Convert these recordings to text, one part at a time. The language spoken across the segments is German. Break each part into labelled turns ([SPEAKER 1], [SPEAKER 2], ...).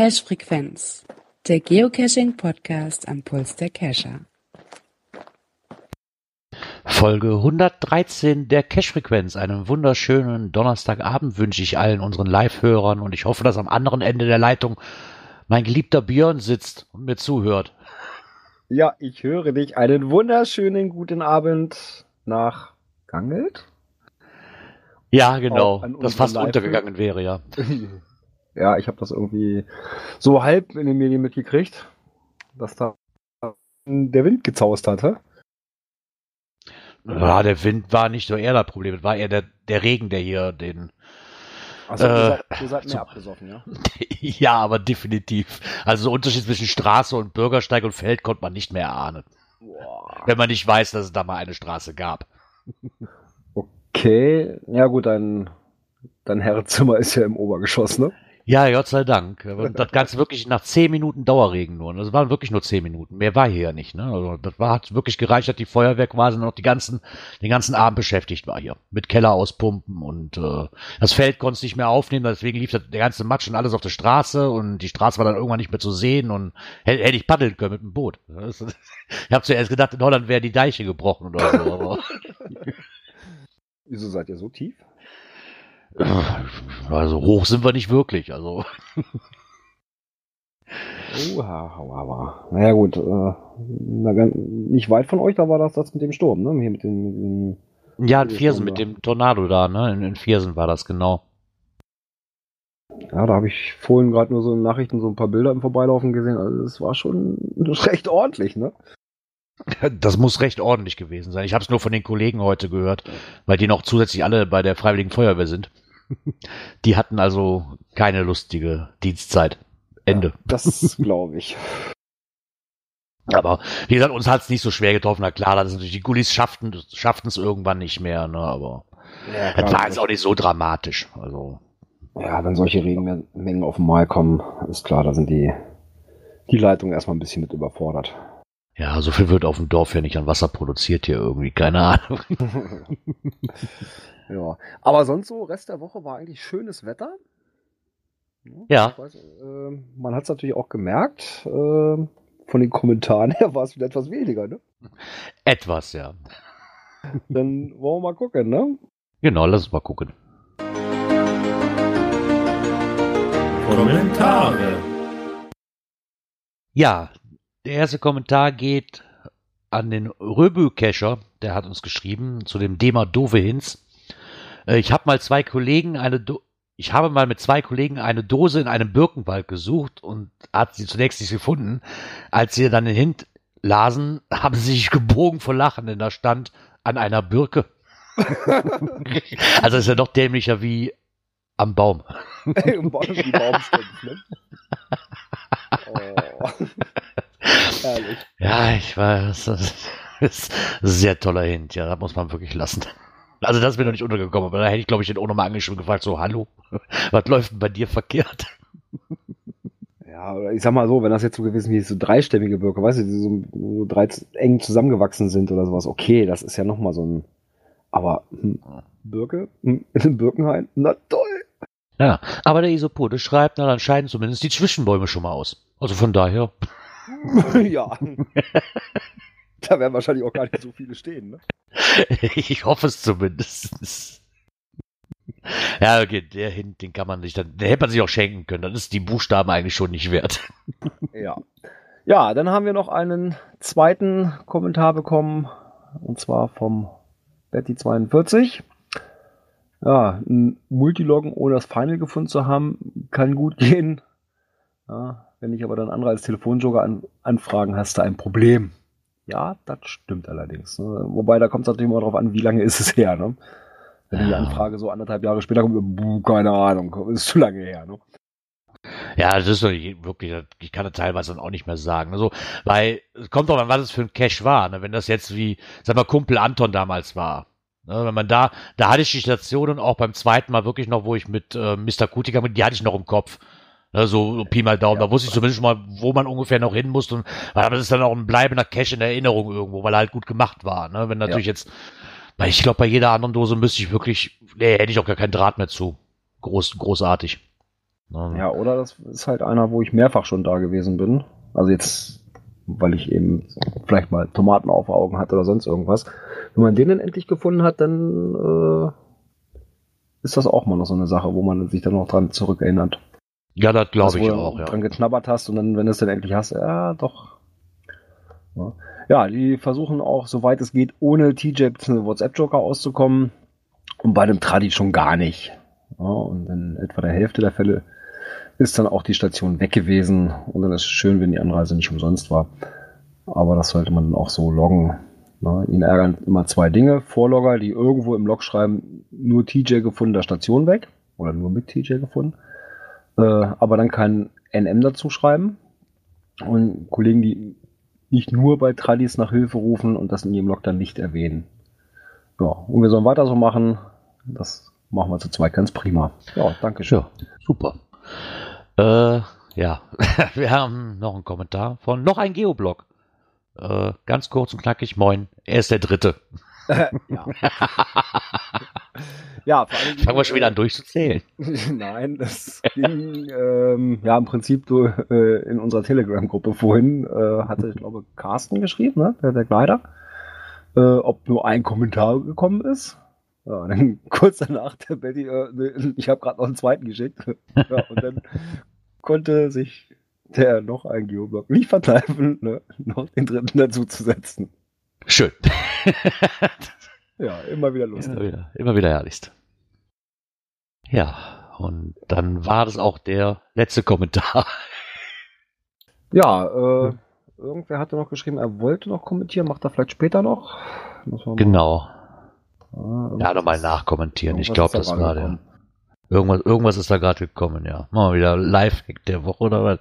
[SPEAKER 1] Cache-Frequenz, der Geocaching-Podcast am Puls der Cacher.
[SPEAKER 2] Folge 113 der Cache-Frequenz. Einen wunderschönen Donnerstagabend wünsche ich allen unseren Live-Hörern und ich hoffe, dass am anderen Ende der Leitung mein geliebter Björn sitzt und mir zuhört.
[SPEAKER 3] Ja, ich höre dich. Einen wunderschönen guten Abend nach Gangelt.
[SPEAKER 2] Ja, genau.
[SPEAKER 3] Das
[SPEAKER 2] das fast untergegangen wäre, ja.
[SPEAKER 3] Ja, ich habe das irgendwie so halb in den Medien mitgekriegt, dass da der Wind gezaust hatte.
[SPEAKER 2] Ja, der Wind war nicht so eher das Problem, es war eher der Regen, der hier den...
[SPEAKER 3] Also ihr seid mehr abgesoffen, ja?
[SPEAKER 2] Ja, aber definitiv. Also so Unterschied zwischen Straße und Bürgersteig und Feld konnte man nicht mehr erahnen.
[SPEAKER 3] Boah.
[SPEAKER 2] Wenn man nicht weiß, dass es da mal eine Straße gab.
[SPEAKER 3] Okay, ja gut, dein Herrenzimmer ist ja im Obergeschoss, ne?
[SPEAKER 2] Ja, Gott sei Dank. Und das Ganze wirklich nach 10 Minuten Dauerregen nur. Das waren wirklich nur 10 Minuten. Mehr war hier ja nicht. Ne? Also hat wirklich gereicht, dass die Feuerwehr quasi noch den ganzen Abend beschäftigt war hier. Mit Keller auspumpen und das Feld konnte es nicht mehr aufnehmen. Deswegen lief der ganze Matsch und alles auf der Straße und die Straße war dann irgendwann nicht mehr zu sehen und hätte ich paddeln können mit dem Boot. Ich habe zuerst gedacht, in Holland wären die Deiche gebrochen oder so. Aber
[SPEAKER 3] Wieso seid ihr so tief?
[SPEAKER 2] Also hoch sind wir nicht wirklich, also.
[SPEAKER 3] Oha. Naja gut, nicht weit von euch, da war das mit dem Sturm, ne? Hier mit den
[SPEAKER 2] ja, in Viersen, mit dem Tornado da, ne? In Viersen war das, genau.
[SPEAKER 3] Ja, da habe ich vorhin gerade nur so in Nachrichten so ein paar Bilder im Vorbeilaufen gesehen, also es war schon recht ordentlich, ne?
[SPEAKER 2] Das muss recht ordentlich gewesen sein. Ich habe es nur von den Kollegen heute gehört, weil die noch zusätzlich alle bei der Freiwilligen Feuerwehr sind. Die hatten also keine lustige Dienstzeit. Ende.
[SPEAKER 3] Ja, das glaube ich.
[SPEAKER 2] Aber wie gesagt, uns hat es nicht so schwer getroffen. Na klar, das ist natürlich, die Gullis schafften es irgendwann nicht mehr, ne? Aber
[SPEAKER 3] ja,
[SPEAKER 2] das war jetzt auch nicht so dramatisch. Also.
[SPEAKER 3] Ja, wenn solche Regenmengen auf einmal kommen, ist klar, da sind die Leitungen erstmal ein bisschen mit überfordert.
[SPEAKER 2] Ja, so viel wird auf dem Dorf ja nicht an Wasser produziert hier irgendwie, keine Ahnung.
[SPEAKER 3] Ja, aber sonst so, Rest der Woche war eigentlich schönes Wetter.
[SPEAKER 2] Ja.
[SPEAKER 3] Ich weiß, man hat es natürlich auch gemerkt, von den Kommentaren her war es wieder etwas weniger, ne?
[SPEAKER 2] Etwas, ja.
[SPEAKER 3] Dann wollen wir mal gucken, ne?
[SPEAKER 2] Genau, lass uns mal gucken.
[SPEAKER 4] Kommentare.
[SPEAKER 2] Ja, der erste Kommentar geht an den Röbü-Cacher, der hat uns geschrieben, zu dem Thema doofe Hints. Ich habe mal mit zwei Kollegen eine Dose in einem Birkenwald gesucht und hat sie zunächst nicht gefunden. Als sie dann den Hint lasen, haben sie sich gebogen vor Lachen, denn da stand an einer Birke. Also ist ja noch dämlicher wie am Baum.
[SPEAKER 3] Im Baum die Baumstumpf, ne? Oh. Herrlich.
[SPEAKER 2] Ja, ich weiß, das ist ein sehr toller Hint, ja, das muss man wirklich lassen. Also das ist mir noch nicht untergekommen, aber da hätte ich, glaube ich, den auch nochmal angeschrieben und gefragt, so, hallo, was läuft denn bei dir verkehrt?
[SPEAKER 3] Ja, oder ich sag mal so, wenn das jetzt so gewesen wäre, so dreistämmige Birke, weißt du, die so drei eng zusammengewachsen sind oder sowas, okay, das ist ja nochmal so ein, aber Birke? In einem Birkenhain? Na toll!
[SPEAKER 2] Ja, aber der Isopode schreibt, na, dann scheiden zumindest die Zwischenbäume schon mal aus. Also von daher.
[SPEAKER 3] Ja. Da werden wahrscheinlich auch gar nicht so viele stehen, ne?
[SPEAKER 2] Ich hoffe es zumindest. Ja, okay, der Hint, den kann man sich dann, den hätte man sich auch schenken können. Dann ist die Buchstaben eigentlich schon nicht wert.
[SPEAKER 3] Ja. Ja, dann haben wir noch einen zweiten Kommentar bekommen, und zwar vom Betty42. Ja, ein Multiloggen ohne das Final gefunden zu haben, kann gut gehen. Ja, wenn ich aber dann andere als Telefonjoker anfragen, hast du ein Problem. Ja, das stimmt allerdings. Ne? Wobei, da kommt es natürlich immer darauf an, wie lange ist es her. Ne? Wenn die Anfrage so 1,5 Jahre später kommt, keine Ahnung, ist zu lange her. Ne?
[SPEAKER 2] Ja, das ist doch nicht wirklich, ich kann das teilweise dann auch nicht mehr sagen. Also, weil es kommt doch an, was es für ein Cache war. Ne? Wenn das jetzt wie, sag mal, Kumpel Anton damals war. Ne? Wenn man da hatte ich die Stationen auch beim zweiten Mal wirklich noch, wo ich mit Mr. Kutiger, die hatte ich noch im Kopf. Ne, so Pi mal Daumen, da wusste ich zumindest schon mal, wo man ungefähr noch hin musste. Aber das ist dann auch ein bleibender Cache in Erinnerung irgendwo, weil er halt gut gemacht war. Ne? Wenn natürlich jetzt, weil ich glaube, bei jeder anderen Dose müsste ich wirklich, hätte ich auch gar keinen Draht mehr zu. Großartig.
[SPEAKER 3] Ja, oder das ist halt einer, wo ich mehrfach schon da gewesen bin. Also jetzt, weil ich eben vielleicht mal Tomaten auf Augen hatte oder sonst irgendwas. Wenn man den dann endlich gefunden hat, dann ist das auch mal noch so eine Sache, wo man sich dann noch dran zurückerinnert.
[SPEAKER 2] Ja, das glaube ich auch, ja.
[SPEAKER 3] Dran geknabbert hast und dann, wenn du es dann endlich hast, ja, doch. Ja, die versuchen auch, soweit es geht, ohne TJ bzw. WhatsApp-Joker auszukommen. Und bei dem Tradi schon gar nicht. Ja, und in etwa der Hälfte der Fälle ist dann auch die Station weg gewesen. Und dann ist es schön, wenn die Anreise nicht umsonst war. Aber das sollte man dann auch so loggen. Ja, ihn ärgern immer zwei Dinge. Vorlogger, die irgendwo im Log schreiben, nur TJ gefunden, der Station weg. Oder nur mit TJ gefunden. Aber dann kein NM dazu schreiben. Und Kollegen, die nicht nur bei Tradis nach Hilfe rufen und das in ihrem Log dann nicht erwähnen. Ja, und wir sollen weiter so machen. Das machen wir zu zweit ganz prima. Ja, danke schön.
[SPEAKER 2] Ja, super. Ja, wir haben noch einen Kommentar von noch ein Geoblog. Ganz kurz und knackig, moin. Er ist der Dritte.
[SPEAKER 3] Ja. Ja, vor allem,
[SPEAKER 2] fangen wir schon wieder an durchzuzählen.
[SPEAKER 3] Nein, das ging ja im Prinzip in unserer Telegram-Gruppe vorhin hatte, ich glaube, Carsten geschrieben, ne? Der Kleider, ob nur ein Kommentar gekommen ist. Ja, dann kurz danach der Betty, ich habe gerade noch einen zweiten geschickt. Ja, und dann konnte sich der noch ein Geoblog nicht verkneifen, ne? Noch den dritten dazu zu setzen.
[SPEAKER 2] Schön.
[SPEAKER 3] Ja, immer wieder lustig.
[SPEAKER 2] Immer wieder herrlichst. Ja, und dann war das auch der letzte Kommentar.
[SPEAKER 3] Ja, irgendwer hatte noch geschrieben, er wollte noch kommentieren, macht er vielleicht später noch.
[SPEAKER 2] Genau. Ja, nochmal nachkommentieren. Ich glaube, das war der. Irgendwas ist da gerade gekommen, ja. Machen wir wieder Live-Hack der Woche oder was?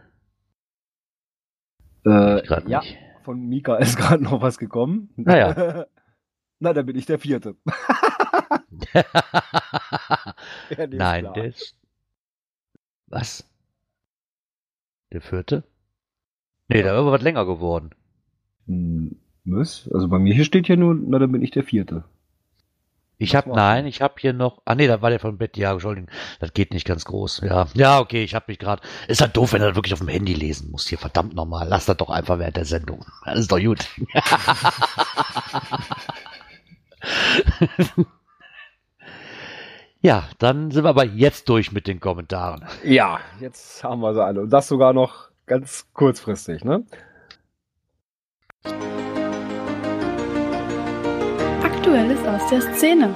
[SPEAKER 3] Ja, nicht. Von Mika ist gerade noch was gekommen.
[SPEAKER 2] Naja.
[SPEAKER 3] Na, dann bin ich der Vierte.
[SPEAKER 2] Ja, nein, der ist... Was? Der Vierte? Nee, da ist aber was länger geworden.
[SPEAKER 3] Was? Also bei mir hier steht hier nur, na, dann bin ich der Vierte.
[SPEAKER 2] Ich habe hier noch... Ah nee, da war der von Betty, ja, Entschuldigung. Das geht nicht ganz groß. Ja, okay, ich habe mich gerade... Ist halt doof, wenn du das wirklich auf dem Handy lesen musst. Hier, verdammt nochmal. Lass das doch einfach während der Sendung. Das ist doch gut. Ja, dann sind wir aber jetzt durch mit den Kommentaren.
[SPEAKER 3] Ja, jetzt haben wir sie alle. Und das sogar noch ganz kurzfristig, ne?
[SPEAKER 4] Aktuelles aus der Szene.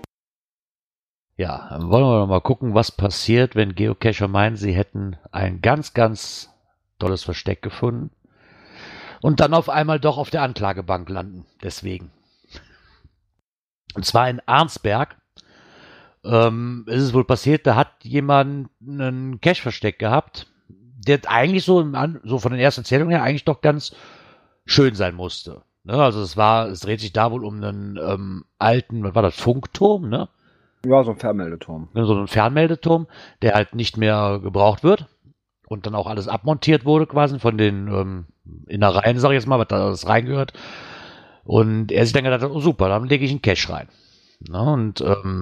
[SPEAKER 2] Ja, dann wollen wir noch mal gucken, was passiert, wenn Geocacher meinen, sie hätten ein ganz, ganz tolles Versteck gefunden und dann auf einmal doch auf der Anklagebank landen. Deswegen. Und zwar in Arnsberg ist es wohl passiert, da hat jemand einen Cache-Versteck gehabt, der eigentlich so von den ersten Erzählungen her eigentlich doch ganz schön sein musste. Ne? Also es dreht sich da wohl um einen alten, was war das, Funkturm, ne?
[SPEAKER 3] Ja, so ein Fernmeldeturm.
[SPEAKER 2] So ein Fernmeldeturm, der halt nicht mehr gebraucht wird und dann auch alles abmontiert wurde quasi von den Innereien, sag ich jetzt mal, was da alles reingehört. Und er sich dann gedacht hat, oh super, dann lege ich einen Cache rein. Na, und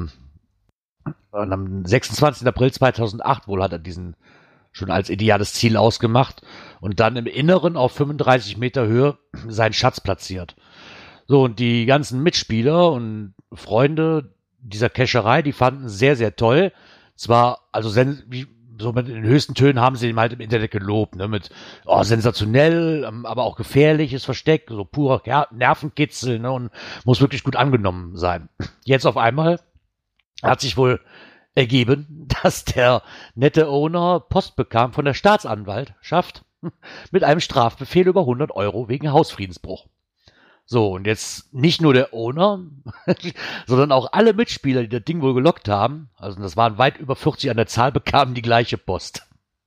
[SPEAKER 2] am 26. April 2008 wohl hat er diesen schon als ideales Ziel ausgemacht und dann im Inneren auf 35 Meter Höhe seinen Schatz platziert. So, und die ganzen Mitspieler und Freunde dieser Cacherei, die fanden es sehr, sehr toll. Zwar, also so mit den höchsten Tönen haben sie ihm halt im Internet gelobt, ne, mit sensationell, aber auch gefährliches Versteck, so purer Nervenkitzel, ne, und muss wirklich gut angenommen sein. Jetzt auf einmal hat sich wohl ergeben, dass der nette Owner Post bekam von der Staatsanwaltschaft mit einem Strafbefehl über 100 € wegen Hausfriedensbruch. So, und jetzt nicht nur der Owner, sondern auch alle Mitspieler, die das Ding wohl gelockt haben, also das waren weit über 40 an der Zahl, bekamen die gleiche Post.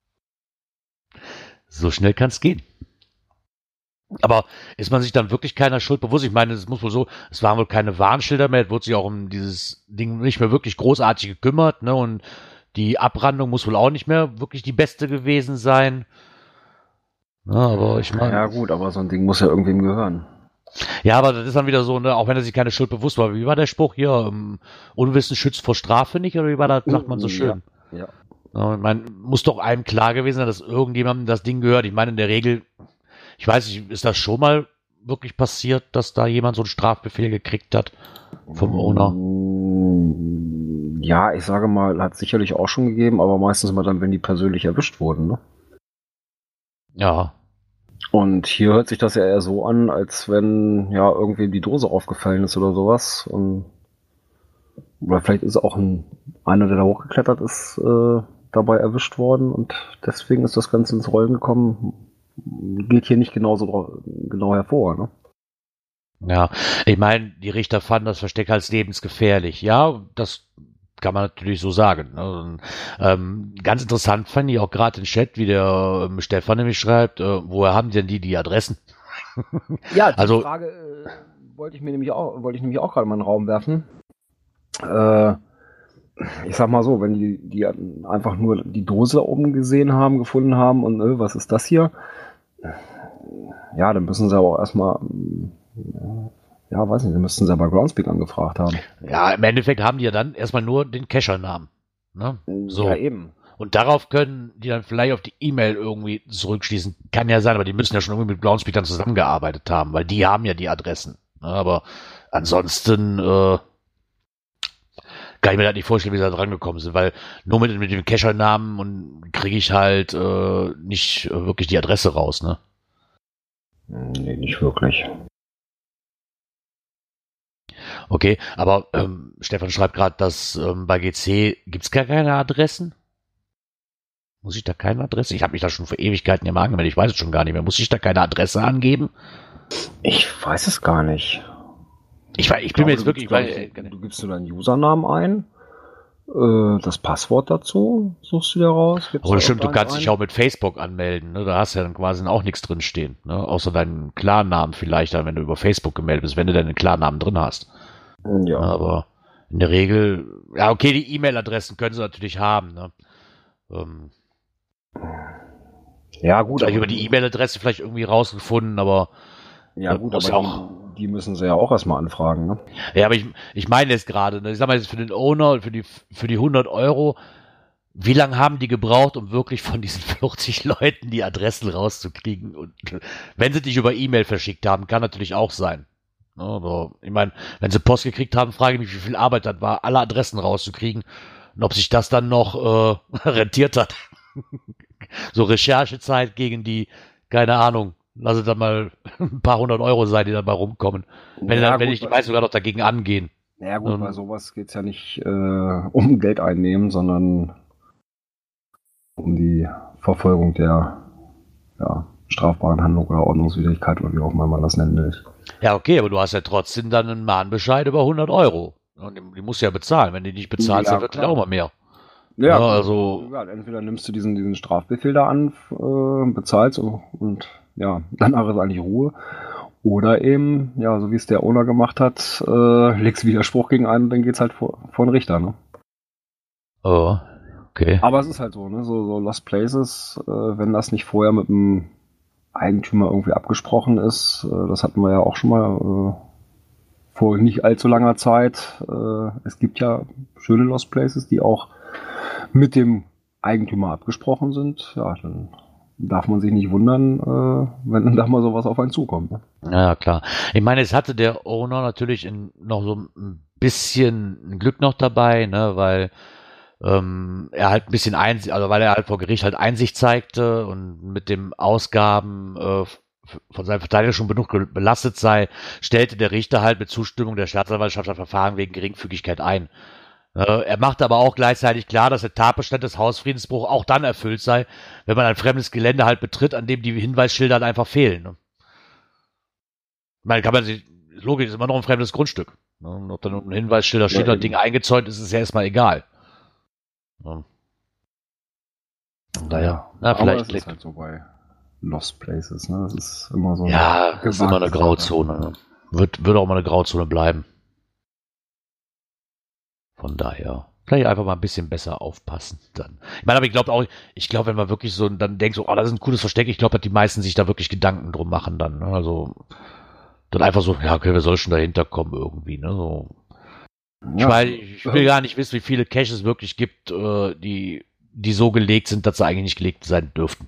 [SPEAKER 2] So schnell kann es gehen. Aber ist man sich dann wirklich keiner Schuld bewusst? Ich meine, es muss wohl so, es waren wohl keine Warnschilder mehr, es wurde sich auch um dieses Ding nicht mehr wirklich großartig gekümmert, ne? Und die Abrandung muss wohl auch nicht mehr wirklich die beste gewesen sein. Na, aber ich meine.
[SPEAKER 3] Ja gut, aber so ein Ding muss ja irgendwem gehören.
[SPEAKER 2] Ja, aber das ist dann wieder so, ne, auch wenn er sich keine Schuld bewusst war. Wie war der Spruch hier? Unwissen schützt vor Strafe nicht, oder wie war das, sagt man so schön?
[SPEAKER 3] Ja.
[SPEAKER 2] Ja, man muss doch einem klar gewesen sein, dass irgendjemandem das Ding gehört. Ich meine, in der Regel, ich weiß nicht, ist das schon mal wirklich passiert, dass da jemand so einen Strafbefehl gekriegt hat vom Owner?
[SPEAKER 3] Ja, ich sage mal, hat es sicherlich auch schon gegeben, aber meistens mal dann, wenn die persönlich erwischt wurden, ne?
[SPEAKER 2] Ja.
[SPEAKER 3] Und hier hört sich das ja eher so an, als wenn ja irgendwie die Dose aufgefallen ist oder sowas. Oder vielleicht ist auch einer, der da hochgeklettert ist, dabei erwischt worden und deswegen ist das Ganze ins Rollen gekommen. Geht hier nicht genau hervor, ne?
[SPEAKER 2] Ja, ich meine, die Richter fanden das Versteck als lebensgefährlich. Ja, das kann man natürlich so sagen. Ne? Und, ganz interessant fand ich auch gerade den Chat, wie der Stefan nämlich schreibt, woher haben denn die Adressen?
[SPEAKER 3] Ja, die
[SPEAKER 2] Also,
[SPEAKER 3] Frage wollte ich nämlich auch gerade mal in den Raum werfen. Ich sag mal so, wenn die einfach nur die Dose da oben gefunden haben und was ist das hier? Ja, dann müssen sie aber auch erstmal, ja, weiß nicht, dann müssten sie aber Groundspeak angefragt haben.
[SPEAKER 2] ja, im Endeffekt haben die ja dann erstmal nur den Cacher-Namen. Ne? So.
[SPEAKER 3] Ja, eben.
[SPEAKER 2] Und darauf können die dann vielleicht auf die E-Mail irgendwie zurückschließen. Kann ja sein, aber die müssen ja schon irgendwie mit Groundspeak dann zusammengearbeitet haben, weil die haben ja die Adressen. Ne? Aber ansonsten kann ich mir das nicht vorstellen, wie sie da dran gekommen sind, weil nur mit dem Cacher-Namen und kriege ich halt nicht wirklich die Adresse raus, ne?
[SPEAKER 3] Nee, nicht wirklich.
[SPEAKER 2] Okay, aber Stefan schreibt gerade, dass bei GC gibt es gar keine Adressen. Muss ich da keine Adresse? Ich habe mich da schon vor Ewigkeiten immer angemeldet. Ich weiß es schon gar nicht mehr. Muss ich da keine Adresse angeben?
[SPEAKER 3] Ich weiß es gar nicht.
[SPEAKER 2] Ich bin mir jetzt wirklich...
[SPEAKER 3] Du gibst nur deinen Usernamen ein, das Passwort dazu suchst du dir raus.
[SPEAKER 2] Oh, das stimmt, du kannst dich auch mit Facebook anmelden. Ne? Da hast du ja dann quasi auch nichts drin stehen. Ne? Außer deinen Klarnamen vielleicht, dann, wenn du über Facebook gemeldet bist, wenn du deinen Klarnamen drin hast.
[SPEAKER 3] Ja.
[SPEAKER 2] Aber in der Regel... Ja, okay, die E-Mail-Adressen können sie natürlich haben. Ne?
[SPEAKER 3] Ja, gut.
[SPEAKER 2] Vielleicht über die E-Mail-Adresse vielleicht irgendwie rausgefunden, aber...
[SPEAKER 3] Ja, gut,
[SPEAKER 2] aber
[SPEAKER 3] auch, die müssen sie ja auch erstmal anfragen, ne?
[SPEAKER 2] Ja, aber ich meine jetzt gerade, ne? Ich sag mal jetzt für den Owner, für die 100 Euro, wie lange haben die gebraucht, um wirklich von diesen 40 Leuten die Adressen rauszukriegen? Und wenn sie dich über E-Mail verschickt haben, kann natürlich auch sein. Ne? Aber ich meine, wenn sie Post gekriegt haben, frage ich mich, wie viel Arbeit das war, alle Adressen rauszukriegen und ob sich das dann noch rentiert hat. So Recherchezeit gegen die, keine Ahnung, lass es dann mal ein paar 100 Euro sein, die dabei rumkommen. Wenn ich die meisten sogar noch dagegen angehen.
[SPEAKER 3] Ja gut, bei sowas geht es ja nicht um Geld einnehmen, sondern um die Verfolgung der strafbaren Handlung oder Ordnungswidrigkeit oder wie auch immer man das nennen will.
[SPEAKER 2] Ja, okay, aber du hast ja trotzdem dann einen Mahnbescheid über 100 Euro. Und die musst du ja bezahlen. Wenn die nicht bezahlst, dann wird das auch mal mehr.
[SPEAKER 3] Ja,
[SPEAKER 2] also...
[SPEAKER 3] Ja, entweder nimmst du diesen Strafbefehl da an, bezahlst und ja, danach ist eigentlich Ruhe. Oder eben, ja, so wie es der Owner gemacht hat, legst Widerspruch gegen einen und dann geht's halt vor den Richter, ne?
[SPEAKER 2] Oh, okay.
[SPEAKER 3] Aber es ist halt so, ne? So Lost Places, wenn das nicht vorher mit dem Eigentümer irgendwie abgesprochen ist, das hatten wir ja auch schon mal vor nicht allzu langer Zeit. Es gibt ja schöne Lost Places, die auch mit dem Eigentümer abgesprochen sind. Ja, dann darf man sich nicht wundern, wenn dann da mal sowas auf einen zukommt. Ne?
[SPEAKER 2] Ja, klar. Ich meine, es hatte der Owner natürlich noch so ein bisschen Glück noch dabei, ne, weil er halt ein bisschen weil er halt vor Gericht halt Einsicht zeigte und mit dem Ausgaben von seinem Verteidiger schon genug belastet sei, stellte der Richter halt mit Zustimmung der Staatsanwaltschaft ein Verfahren wegen Geringfügigkeit ein. Er macht aber auch gleichzeitig klar, dass der Tatbestand des Hausfriedensbruchs auch dann erfüllt sei, wenn man ein fremdes Gelände halt betritt, an dem die Hinweisschilder dann einfach fehlen. Ne? Ich meine, logisch, ist immer noch ein fremdes Grundstück. Ne? Und ob dann ein Hinweisschilder steht oder ein Ding eingezäunt ist, ist ja erstmal egal. Ne? Naja, vielleicht.
[SPEAKER 3] Das ist halt so bei Lost Places, ne? Das ist immer so.
[SPEAKER 2] Ja, ist immer eine Grauzone. Ne? Wird auch mal eine Grauzone bleiben. Von daher, vielleicht einfach mal ein bisschen besser aufpassen dann. Ich meine, aber ich glaube, wenn man wirklich so dann denkt, so, oh, das ist ein cooles Versteck, ich glaube, dass die meisten sich da wirklich Gedanken drum machen dann. Ne? Also, dann einfach so, ja, okay, wir sollen schon dahinter kommen irgendwie, ne? So. Ja. Ich will gar nicht wissen, wie viele Caches es wirklich gibt, die die so gelegt sind, dass sie eigentlich nicht gelegt sein dürften.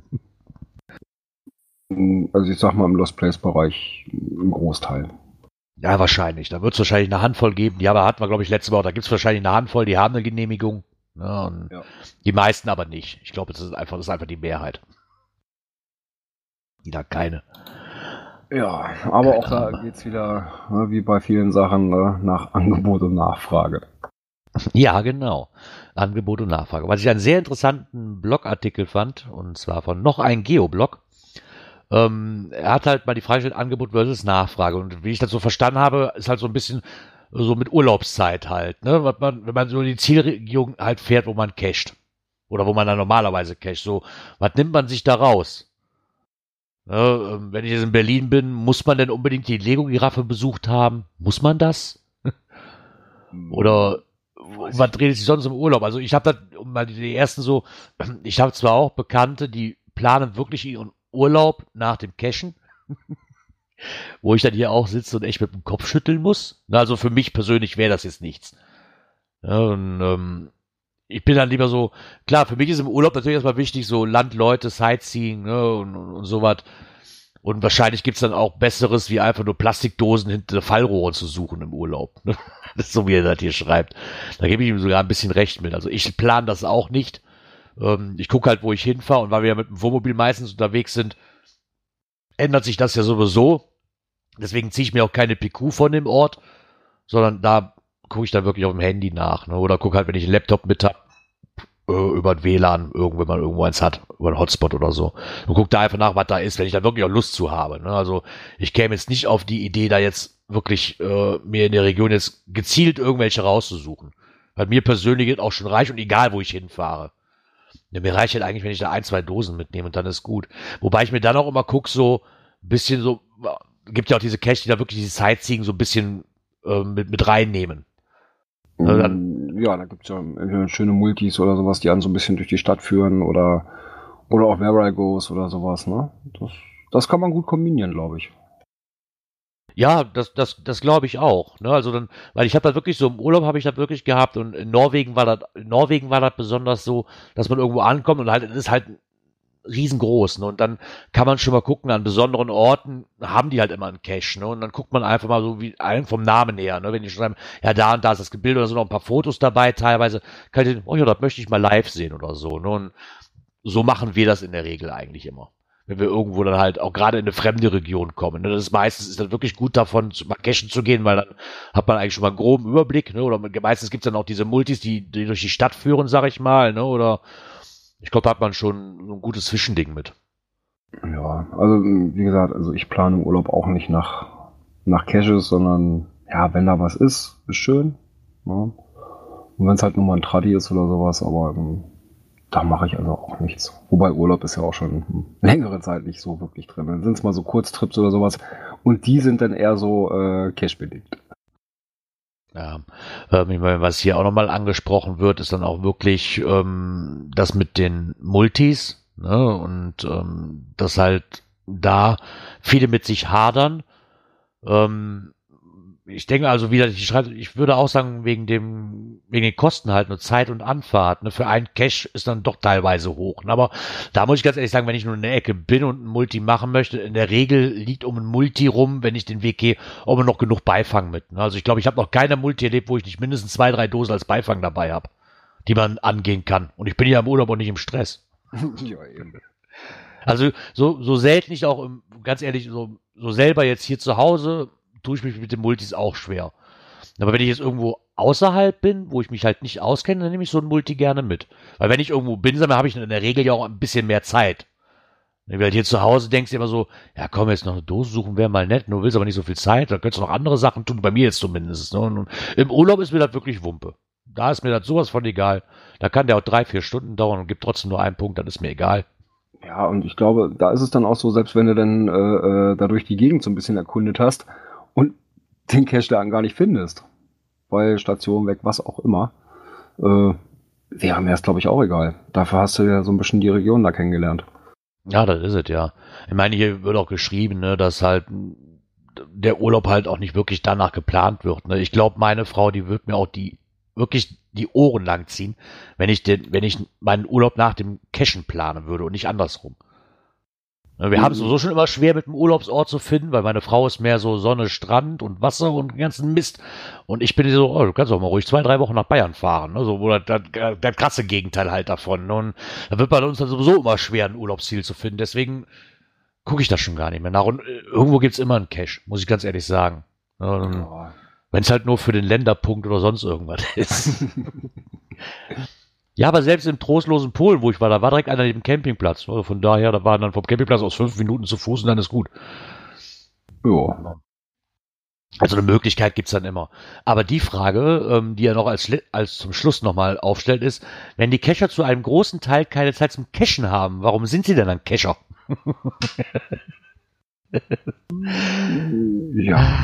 [SPEAKER 3] Also ich sag mal im Lost Place Bereich im Großteil.
[SPEAKER 2] Ja, wahrscheinlich. Da wird es wahrscheinlich eine Handvoll geben. Die hatten wir, glaube ich, letzte Woche. Da gibt es wahrscheinlich eine Handvoll, die haben eine Genehmigung. Ja, und die meisten aber nicht. Ich glaube, das ist einfach die Mehrheit. Die da keine.
[SPEAKER 3] Ja, aber auch da geht es wieder, wie bei vielen Sachen, nach Angebot und Nachfrage.
[SPEAKER 2] Ja, genau. Angebot und Nachfrage. Was ich einen sehr interessanten Blogartikel fand, und zwar von noch ein Geoblog. Er hat halt mal die Frage gestellt, Angebot versus Nachfrage. Und wie ich das so verstanden habe, ist halt so ein bisschen so mit Urlaubszeit halt, ne? Wenn man so in die Zielregion halt fährt, wo man cached. Oder wo man dann normalerweise cached. So, was nimmt man sich da raus? Ne, wenn ich jetzt in Berlin bin, muss man denn unbedingt die Lego-Giraffe besucht haben? Muss man das? Oder was dreht sich sonst im Urlaub? Also ich habe da mal die ersten so, ich habe zwar auch Bekannte, die planen wirklich ihren Urlaub nach dem Cashen, wo ich dann hier auch sitze und echt mit dem Kopf schütteln muss. Also für mich persönlich wäre das jetzt nichts. Ja, und ich bin dann lieber so, klar, für mich ist im Urlaub natürlich erstmal wichtig, so Landleute, Sightseeing, ne, und sowas. Und wahrscheinlich gibt's dann auch Besseres, wie einfach nur Plastikdosen hinter Fallrohren zu suchen im Urlaub. Das ist so, wie er das hier schreibt. Da gebe ich ihm sogar ein bisschen recht mit. Also ich plane das auch nicht. Ich gucke halt, wo ich hinfahre. Und weil wir ja mit dem Wohnmobil meistens unterwegs sind, ändert sich das ja sowieso. Deswegen ziehe ich mir auch keine PQ von dem Ort, sondern da gucke ich dann wirklich auf dem Handy nach. Ne? Oder gucke halt, wenn ich einen Laptop mit habe, über ein WLAN, wenn man irgendwo eins hat, über einen Hotspot oder so. Und guck da einfach nach, was da ist, wenn ich da wirklich auch Lust zu habe. Ne? Also ich käme jetzt nicht auf die Idee, da jetzt wirklich mir in der Region jetzt gezielt irgendwelche rauszusuchen. Weil mir persönlich geht auch schon reicht und egal, wo ich hinfahre. Ja, mir reicht halt eigentlich, wenn ich da 1, 2 Dosen mitnehme und dann ist gut. Wobei ich mir dann auch immer gucke, so ein bisschen so, gibt ja auch diese Cache, die da wirklich diese Sightseeing so ein bisschen mit reinnehmen. Also
[SPEAKER 3] ja, da gibt es ja schöne Multis oder sowas, die einen so ein bisschen durch die Stadt führen oder auch Where I Goes oder sowas, ne? Das kann man gut kombinieren, glaube ich.
[SPEAKER 2] Ja, das glaube ich auch. Ne? Also dann, weil ich habe da wirklich so im Urlaub habe ich das wirklich gehabt und in Norwegen war das besonders so, dass man irgendwo ankommt und halt es ist halt riesengroß, ne? Und dann kann man schon mal gucken, an besonderen Orten haben die halt immer einen Cache, ne? Und dann guckt man einfach mal so wie einen vom Namen her, ne? Wenn die schreiben, ja, da und da ist das Gebilde oder so, noch ein paar Fotos dabei, teilweise kann ich denken, oh ja, das möchte ich mal live sehen oder so, ne? Und so machen wir das in der Regel eigentlich immer. Wenn wir irgendwo dann halt auch gerade in eine fremde Region kommen. Ne? Das ist meistens ist dann wirklich gut davon, mal cashen zu gehen, weil dann hat man eigentlich schon mal einen groben Überblick, ne? Oder meistens gibt's dann auch diese Multis, die durch die Stadt führen, sag ich mal, ne? Oder ich glaube, da hat man schon ein gutes Zwischending mit.
[SPEAKER 3] Ja, also wie gesagt, also ich plane im Urlaub auch nicht nach Caches, sondern ja, wenn da was ist schön. Ne? Und wenn es halt nur mal ein Traddy ist oder sowas, aber da mache ich also auch nichts. Wobei Urlaub ist ja auch schon längere Zeit nicht so wirklich drin. Dann sind es mal so Kurztrips oder sowas und die sind dann eher so Cache-bedingt.
[SPEAKER 2] Ja, was hier auch nochmal angesprochen wird, ist dann auch wirklich das mit den Multis, ne? Und dass halt da viele mit sich hadern. Ich denke also wieder, ich würde auch sagen, wegen den Kosten halt, nur Zeit und Anfahrt, ne, für einen Cache ist dann doch teilweise hoch. Ne? Aber da muss ich ganz ehrlich sagen, wenn ich nur in der Ecke bin und ein Multi machen möchte, in der Regel liegt um ein Multi rum, wenn ich den Weg gehe, auch immer noch genug Beifang mit. Ne? Also ich glaube, ich habe noch keine Multi erlebt, wo ich nicht mindestens 2, 3 Dosen als Beifang dabei habe, die man angehen kann. Und ich bin ja im Urlaub und nicht im Stress.
[SPEAKER 3] Ja, eben.
[SPEAKER 2] Also so selten ich auch, ganz ehrlich, so selber jetzt hier zu Hause tue ich mich mit den Multis auch schwer. Aber wenn ich jetzt irgendwo außerhalb bin, wo ich mich halt nicht auskenne, dann nehme ich so ein Multi gerne mit. Weil wenn ich irgendwo bin, habe ich in der Regel ja auch ein bisschen mehr Zeit. Wenn du halt hier zu Hause denkst, immer so, ja komm, jetzt noch eine Dose suchen wäre mal nett, du willst aber nicht so viel Zeit, da könntest du noch andere Sachen tun, bei mir jetzt zumindest. Ne? Und im Urlaub ist mir das wirklich Wumpe. Da ist mir das sowas von egal. Da kann der auch 3, 4 Stunden dauern und gibt trotzdem nur einen Punkt, dann ist mir egal.
[SPEAKER 3] Ja, und ich glaube, da ist es dann auch so, selbst wenn du dann dadurch die Gegend so ein bisschen erkundet hast, und den Cache da gar nicht findest, weil Station weg, was auch immer, wäre mir das, glaube ich, auch egal. Dafür hast du ja so ein bisschen die Region da kennengelernt.
[SPEAKER 2] Ja, das ist es, ja. Ich meine, hier wird auch geschrieben, ne, dass halt der Urlaub halt auch nicht wirklich danach geplant wird. Ne? Ich glaube, meine Frau, die wird mir auch die wirklich die Ohren lang ziehen, wenn ich meinen Urlaub nach dem Cashen planen würde und nicht andersrum. Wir haben es sowieso schon immer schwer mit dem Urlaubsort zu finden, weil meine Frau ist mehr so Sonne, Strand und Wasser und den ganzen Mist. Und ich bin so, du kannst doch mal ruhig 2-3 Wochen nach Bayern fahren. Ne? So, oder das krasse Gegenteil halt davon. Und da wird bei uns dann sowieso immer schwer, ein Urlaubsziel zu finden. Deswegen gucke ich das schon gar nicht mehr nach. Und irgendwo gibt's immer einen Cash, muss ich ganz ehrlich sagen. Wenn es halt nur für den Länderpunkt oder sonst irgendwas ist. Ja, aber selbst im trostlosen Polen, wo ich war, da war direkt einer neben dem Campingplatz. Also von daher, da waren dann vom Campingplatz aus 5 Minuten zu Fuß und dann ist gut.
[SPEAKER 3] Ja.
[SPEAKER 2] Also eine Möglichkeit gibt's dann immer. Aber die Frage, die er noch als zum Schluss nochmal aufstellt, ist, wenn die Cacher zu einem großen Teil keine Zeit zum Cashen haben, warum sind sie denn dann Cacher?
[SPEAKER 3] Ja.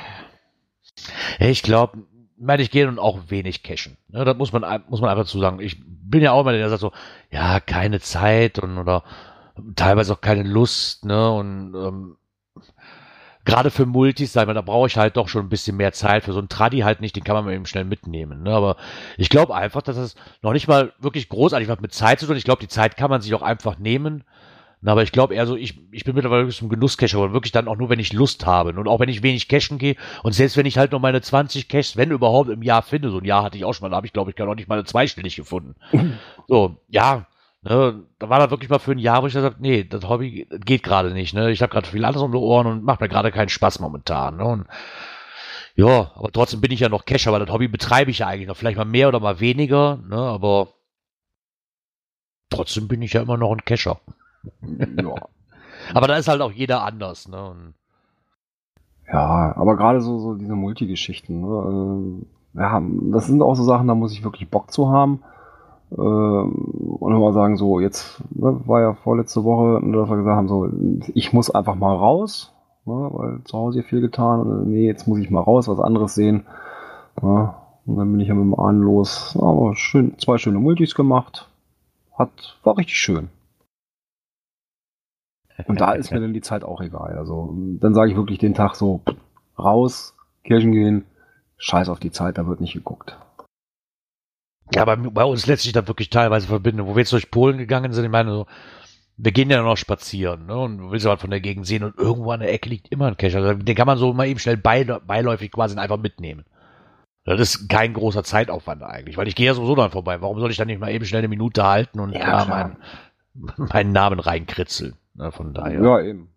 [SPEAKER 2] Ich glaube, ich gehe nun auch wenig cashen. Ne, das muss man einfach zu sagen. Ich bin ja auch immer der, der sagt so, ja, keine Zeit oder teilweise auch keine Lust, ne, und gerade für Multis, da brauche ich halt doch schon ein bisschen mehr Zeit. Für so einen Traddy halt nicht, den kann man mal eben schnell mitnehmen, ne, aber ich glaube einfach, dass das noch nicht mal wirklich großartig was mit Zeit zu tun. Ich glaube, die Zeit kann man sich auch einfach nehmen. Aber ich glaube eher so, ich bin mittlerweile wirklich zum Genusscacher, aber wirklich dann auch nur, wenn ich Lust habe. Und auch wenn ich wenig cashen gehe. Und selbst wenn ich halt noch meine 20 Caches, wenn überhaupt, im Jahr finde, so ein Jahr hatte ich auch schon mal, da habe ich, glaube ich, gar noch nicht mal eine zweistellig gefunden. So, ja, ne, da war das wirklich mal für ein Jahr, wo ich gesagt habe, nee, das Hobby geht gerade nicht. Ne? Ich habe gerade viel anderes um die Ohren und macht mir gerade keinen Spaß momentan. Ne? Und ja, aber trotzdem bin ich ja noch Cacher, weil das Hobby betreibe ich ja eigentlich noch. Vielleicht mal mehr oder mal weniger, ne? Aber trotzdem bin ich ja immer noch ein Cacher.
[SPEAKER 3] Ja.
[SPEAKER 2] Aber da ist halt auch jeder anders, ne? Und
[SPEAKER 3] Ja, aber gerade so diese Multigeschichten, ne? Ja, das sind auch so Sachen, da muss ich wirklich Bock zu haben. Und immer sagen, so, jetzt, ne, war ja vorletzte Woche, dass wir gesagt haben, so, ich muss einfach mal raus, ne, weil zu Hause hier viel getan. Und, nee, jetzt muss ich mal raus, was anderes sehen. Ne? Und dann bin ich ja mit dem Ahn los. Aber schön, 2 schöne Multis gemacht. War richtig schön. Und da ist mir dann die Zeit auch egal. Also dann sage ich wirklich den Tag so, raus, Kirchen gehen, scheiß auf die Zeit, da wird nicht geguckt.
[SPEAKER 2] ja, bei uns lässt sich das wirklich teilweise verbinden. Wo wir jetzt durch Polen gegangen sind, ich meine, so, wir gehen ja noch spazieren, ne? Und du willst ja was von der Gegend sehen und irgendwo an der Ecke liegt immer ein Cacher. Also, den kann man so mal eben schnell beiläufig quasi einfach mitnehmen. Das ist kein großer Zeitaufwand eigentlich, weil ich gehe ja sowieso dann vorbei. Warum soll ich dann nicht mal eben schnell eine Minute halten und meinen Namen reinkritzeln? Ne, von daher.
[SPEAKER 3] Ja, eben.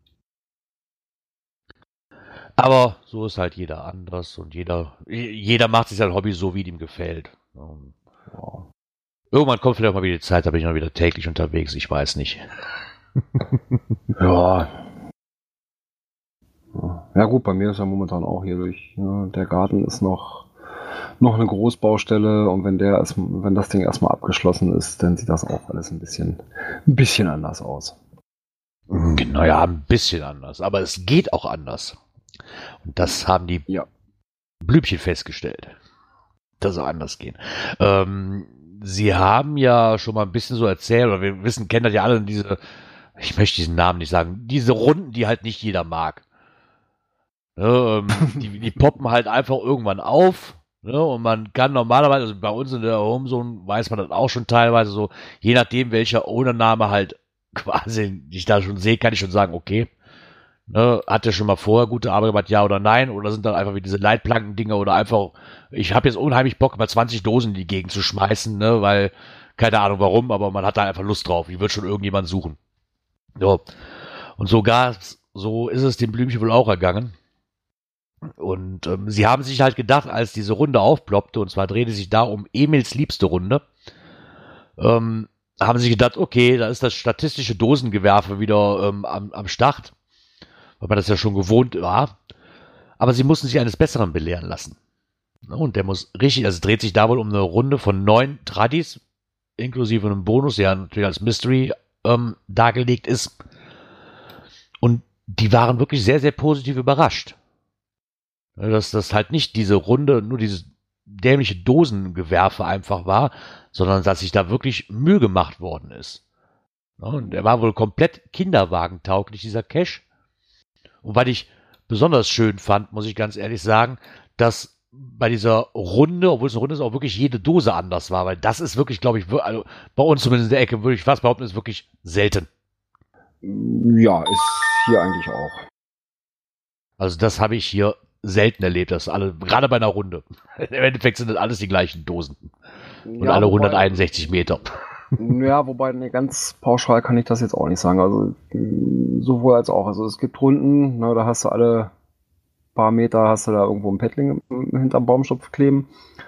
[SPEAKER 2] Aber so ist halt jeder anders und jeder macht sich sein Hobby so, wie ihm gefällt. Und
[SPEAKER 3] Ja.
[SPEAKER 2] irgendwann kommt vielleicht auch mal wieder die Zeit, da bin ich noch wieder täglich unterwegs, ich weiß nicht.
[SPEAKER 3] Ja. Ja gut, bei mir ist ja momentan auch hier durch, ne, der Garten ist noch eine Großbaustelle und wenn das Ding erstmal abgeschlossen ist, dann sieht das auch alles ein bisschen anders aus.
[SPEAKER 2] Genau, ja, ein bisschen anders, aber es geht auch anders. Und das haben die Blümchen festgestellt, dass es auch anders geht. Sie haben ja schon mal ein bisschen so erzählt, oder wir kennen das ja alle, ich möchte diesen Namen nicht sagen, diese Runden, die halt nicht jeder mag. Ne, die poppen halt einfach irgendwann auf. Ne, und man kann normalerweise, also bei uns in der Homezone weiß man das auch schon teilweise so, je nachdem welcher Ownername halt quasi ich da schon sehe, kann ich schon sagen, okay, ne, hat der schon mal vorher gute Arbeit gemacht, ja oder nein, oder sind dann einfach wie diese Leitplanken-Dinger oder einfach, ich habe jetzt unheimlich Bock, mal 20 Dosen in die Gegend zu schmeißen, ne, weil, keine Ahnung warum, aber man hat da einfach Lust drauf, ich würde schon irgendjemand suchen. So. Und so ist es dem Blümchen wohl auch ergangen. Und sie haben sich halt gedacht, als diese Runde aufploppte, und zwar drehte sich da um Emils liebste Runde, haben sie gedacht, okay, da ist das statistische Dosengewerfe wieder am Start, weil man das ja schon gewohnt war. Aber sie mussten sich eines Besseren belehren lassen. Und der muss richtig, also es dreht sich da wohl um eine Runde von 9 Tradis, inklusive einem Bonus, der natürlich als Mystery dargelegt ist. Und die waren wirklich sehr, sehr positiv überrascht. Dass das halt nicht diese Runde, nur dieses dämliche Dosengewerfe einfach war, sondern dass sich da wirklich Mühe gemacht worden ist. Und er war wohl komplett kinderwagentauglich, dieser Cache. Und was ich besonders schön fand, muss ich ganz ehrlich sagen, dass bei dieser Runde, obwohl es eine Runde ist, auch wirklich jede Dose anders war, weil das ist wirklich, glaube ich, also bei uns zumindest in der Ecke, würde ich fast behaupten, ist wirklich selten.
[SPEAKER 3] Ja, ist hier eigentlich auch.
[SPEAKER 2] Also das habe ich hier selten erlebt, dass alle, gerade bei einer Runde, im Endeffekt sind das alles die gleichen Dosen. Und alle 161 Meter.
[SPEAKER 3] Ja, wobei, ne, ganz pauschal kann ich das jetzt auch nicht sagen. Also sowohl als auch. Also es gibt Runden, ne, da hast du alle paar Meter hast du da irgendwo ein Paddling hinterm Baumstupf kleben.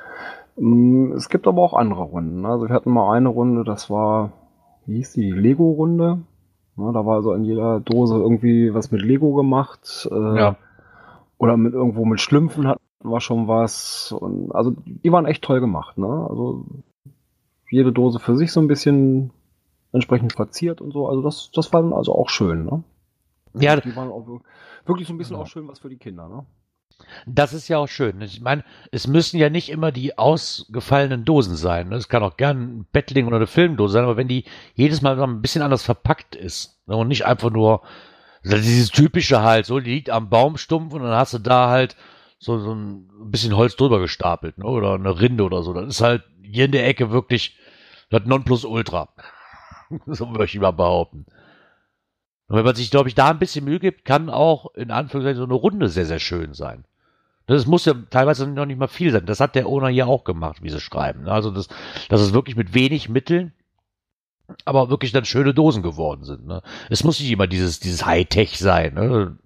[SPEAKER 3] Es gibt aber auch andere Runden. Ne? Also wir hatten mal eine Runde, das war, wie hieß die, Lego-Runde. Ne, da war also in jeder Dose irgendwie was mit Lego gemacht.
[SPEAKER 2] Ja.
[SPEAKER 3] Oder irgendwo mit Schlümpfen hatten wir schon was. Und, also die waren echt toll gemacht. Ne? Also jede Dose für sich so ein bisschen entsprechend verziert und so. Also das war dann also auch schön. Ne?
[SPEAKER 2] Ja,
[SPEAKER 3] die waren auch wirklich so ein bisschen auch schön was für die Kinder. Ne?
[SPEAKER 2] das ist ja auch schön. Ich meine, es müssen ja nicht immer die ausgefallenen Dosen sein. Es kann auch gern ein Bettling oder eine Filmdose sein, aber wenn die jedes Mal ein bisschen anders verpackt ist und nicht einfach nur dieses typische halt, so, die liegt am Baumstumpf und dann hast du da halt so ein bisschen Holz drüber gestapelt, ne? Oder eine Rinde oder so. Das ist halt hier in der Ecke wirklich das Nonplusultra. So möchte ich mal behaupten. Und wenn man sich, glaube ich, da ein bisschen Mühe gibt, kann auch in Anführungszeichen so eine Runde sehr, sehr schön sein. Das muss ja teilweise noch nicht mal viel sein. Das hat der Owner hier auch gemacht, wie sie schreiben. Also das ist wirklich mit wenig Mitteln, aber wirklich dann schöne Dosen geworden sind. Ne? Es muss nicht immer dieses Hightech sein. Ne?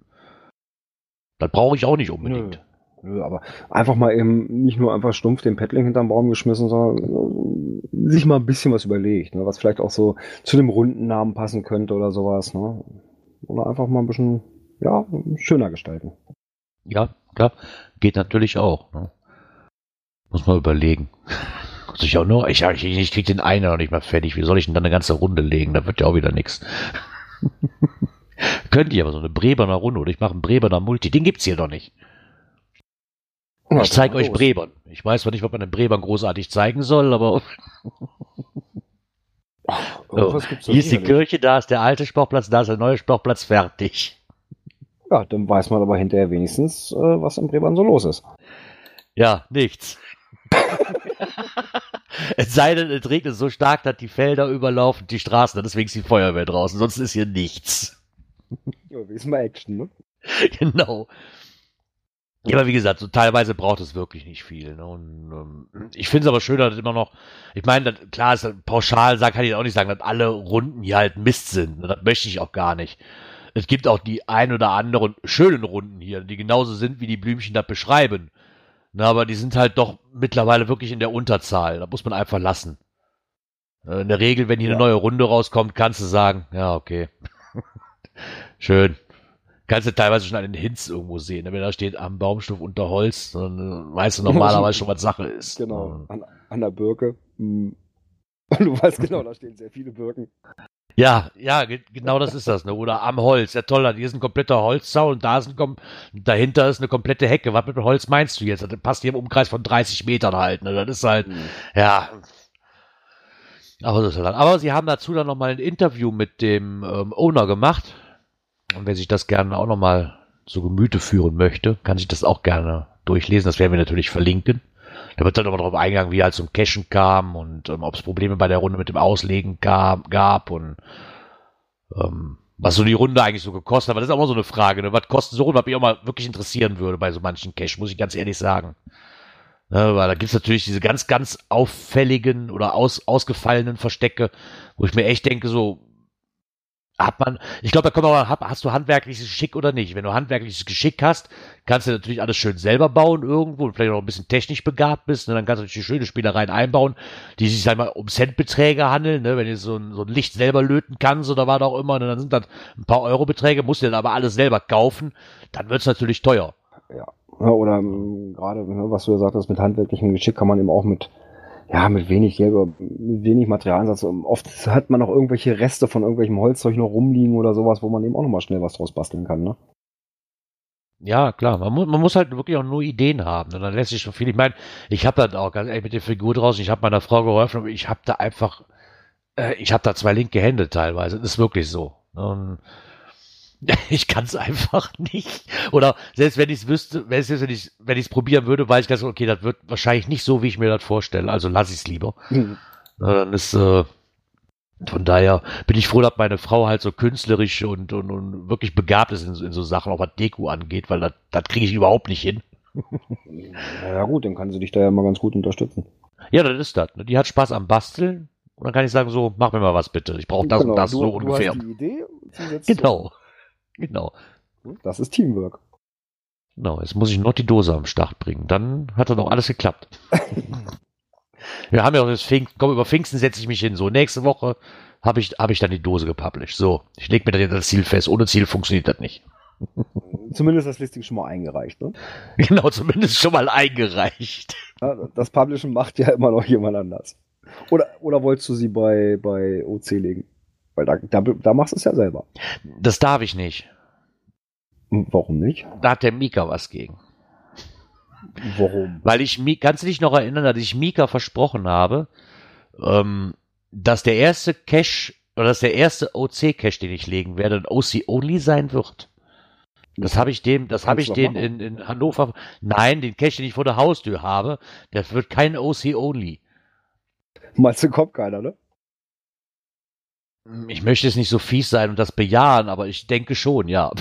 [SPEAKER 2] Das brauche ich auch nicht unbedingt.
[SPEAKER 3] Nö, aber einfach mal eben nicht nur einfach stumpf den Paddling hinterm Baum geschmissen, sondern sich mal ein bisschen was überlegt, ne? Was vielleicht auch so zu dem Rundennamen passen könnte oder sowas. Ne? Oder einfach mal ein bisschen ja, schöner gestalten.
[SPEAKER 2] Ja, klar. Geht natürlich auch. Ne? Muss man überlegen. Muss ich auch nur, ich krieg den einen noch nicht mal fertig. Wie soll ich denn dann eine ganze Runde legen? Da wird ja auch wieder nichts. Könnt ihr aber so eine Breberner Runde oder ich mache einen Breberner Multi. Den gibt's hier doch nicht.
[SPEAKER 3] Ja,
[SPEAKER 2] Ich zeige euch Brebern. Ich weiß zwar nicht, was man den Brebern großartig zeigen soll, aber so. Hier ist die Kirche, da ist der alte Sportplatz, da ist der neue Sportplatz, fertig.
[SPEAKER 3] Ja, dann weiß man aber hinterher wenigstens, was in Brebern so los ist.
[SPEAKER 2] Ja, nichts. Es sei denn, es regnet so stark, dass die Felder überlaufen, die Straßen, deswegen ist die Feuerwehr draußen, sonst ist hier nichts.
[SPEAKER 3] Ja, wie ist mal Action, ne?
[SPEAKER 2] Genau. Ja, aber wie gesagt, so teilweise braucht es wirklich nicht viel. Ne? Und ich finde es aber schön, dass immer noch, ich meine, klar, ist pauschal kann ich auch nicht sagen, dass alle Runden hier halt Mist sind. Ne? Das möchte ich auch gar nicht. Es gibt auch die ein oder anderen schönen Runden hier, die genauso sind, wie die Blümchen das beschreiben. Na, aber die sind halt doch mittlerweile wirklich in der Unterzahl. Da muss man einfach lassen. In der Regel, wenn hier eine neue Runde rauskommt, kannst du sagen, ja, okay. Schön. Kannst du teilweise schon an den Hints irgendwo sehen. Wenn da steht am Baumstumpf unter Holz, dann weißt du normalerweise schon, was Sache ist.
[SPEAKER 3] Genau, an der Birke. Und du weißt genau, da stehen sehr viele Birken.
[SPEAKER 2] Ja, genau das ist das. Ne? Oder am Holz. Ja toll, hier ist ein kompletter Holzzaun und dahinter ist eine komplette Hecke. Was mit Holz meinst du jetzt? Das passt hier im Umkreis von 30 Metern halt. Ne? Das ist halt, ja. Aber sie haben dazu dann nochmal ein Interview mit dem Owner gemacht. Und wer sich das gerne auch nochmal zu Gemüte führen möchte, kann sich das auch gerne durchlesen. Das werden wir natürlich verlinken. Da wird dann aber darauf eingegangen, wie er zum Cashen kam und ob es Probleme bei der Runde mit dem Auslegen gab und was so die Runde eigentlich so gekostet hat. Aber das ist auch mal so eine Frage. Ne? Was kostet so Runde, was mich auch mal wirklich interessieren würde bei so manchen Cash, muss ich ganz ehrlich sagen. Ne, weil da gibt es natürlich diese ganz, ganz auffälligen oder ausgefallenen Verstecke, wo ich mir echt denke, so, ich glaube, da kommt auch, hast du handwerkliches Geschick oder nicht? Wenn du handwerkliches Geschick hast, kannst du natürlich alles schön selber bauen irgendwo und vielleicht auch ein bisschen technisch begabt bist. Ne? Dann kannst du natürlich schöne Spielereien einbauen, die sich einmal um Centbeträge handeln. Ne? Wenn du so ein Licht selber löten kannst oder was auch immer, ne? Dann sind das ein paar Eurobeträge, musst du dann aber alles selber kaufen. Dann wird es natürlich teuer.
[SPEAKER 3] Ja, oder gerade, was du gesagt hast, mit handwerklichem Geschick kann man eben auch mit wenig Materialeinsatz. Oft hat man auch irgendwelche Reste von irgendwelchem Holzzeug noch rumliegen oder sowas, wo man eben auch nochmal schnell was draus basteln kann, ne?
[SPEAKER 2] Ja, klar. Man muss halt wirklich auch nur Ideen haben. Und dann lässt sich schon viel. Ich meine, ich habe das auch ganz ehrlich mit der Figur draußen. Ich habe meiner Frau geholfen, aber ich habe da einfach, ich habe da 2 linke Hände teilweise. Das ist wirklich so. Und Ich kann es einfach nicht. Oder selbst wenn ich es wüsste, wenn ich es probieren würde, weiß ich ganz okay, das wird wahrscheinlich nicht so, wie ich mir das vorstelle. Also lasse ich es lieber. Dann ist von daher bin ich froh, dass meine Frau halt so künstlerisch und wirklich begabt ist in so Sachen, auch was Deko angeht, weil das kriege ich überhaupt nicht hin.
[SPEAKER 3] Ja gut, dann kann sie dich da ja mal ganz gut unterstützen.
[SPEAKER 2] Ja, das ist das. Die hat Spaß am Basteln. Und dann kann ich sagen, so, mach mir mal was bitte. Ich brauche das und das so ungefähr.
[SPEAKER 3] Du hast die Idee und sie setzt
[SPEAKER 2] Genau.
[SPEAKER 3] Das ist Teamwork.
[SPEAKER 2] Genau, jetzt muss ich noch die Dose am Start bringen. Dann hat dann auch alles geklappt. Wir haben ja auch das über Pfingsten setze ich mich hin. So, nächste Woche habe ich dann die Dose gepublished. So, ich lege mir dann jetzt das Ziel fest. Ohne Ziel funktioniert das nicht.
[SPEAKER 3] Zumindest das Listing schon mal eingereicht, ne?
[SPEAKER 2] Genau, zumindest schon mal eingereicht.
[SPEAKER 3] Ja, das Publishen macht ja immer noch jemand anders. Oder wolltest du sie bei OC legen? Weil da machst du es ja selber.
[SPEAKER 2] Das darf ich nicht.
[SPEAKER 3] Warum nicht?
[SPEAKER 2] Da hat der Mika was gegen.
[SPEAKER 3] Warum?
[SPEAKER 2] Weil kannst du dich noch erinnern, dass ich Mika versprochen habe, dass der erste Cache oder dass der erste OC-Cache, den ich legen werde, ein OC-Only sein wird. Das habe ich den in Hannover. Nein, den Cache, den ich vor der Haustür habe, der wird kein OC-Only.
[SPEAKER 3] Meinst du, kommt keiner, ne?
[SPEAKER 2] Ich möchte jetzt nicht so fies sein und das bejahen, aber ich denke schon, ja.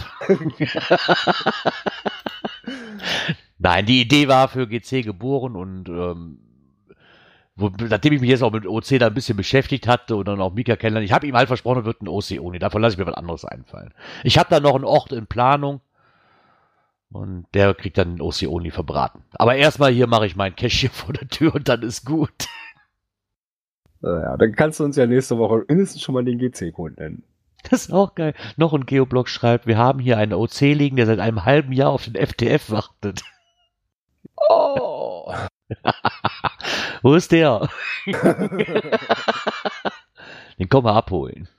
[SPEAKER 2] Nein, die Idee war für GC geboren und nachdem ich mich jetzt auch mit OC da ein bisschen beschäftigt hatte und dann auch Mika kennenlernen, ich habe ihm halt versprochen, es wird ein OC-Only. Davon lasse ich mir was anderes einfallen. Ich habe da noch einen Ort in Planung und der kriegt dann einen OC-Only verbraten. Aber erstmal hier mache ich meinen Cache hier vor der Tür und dann ist gut.
[SPEAKER 3] Ja, dann kannst du uns ja nächste Woche mindestens schon mal den GC-Code nennen.
[SPEAKER 2] Das ist auch geil. Noch ein Geoblog schreibt, wir haben hier einen OC liegen, der seit einem halben Jahr auf den FTF wartet.
[SPEAKER 3] Oh!
[SPEAKER 2] Wo ist der? Den können wir abholen.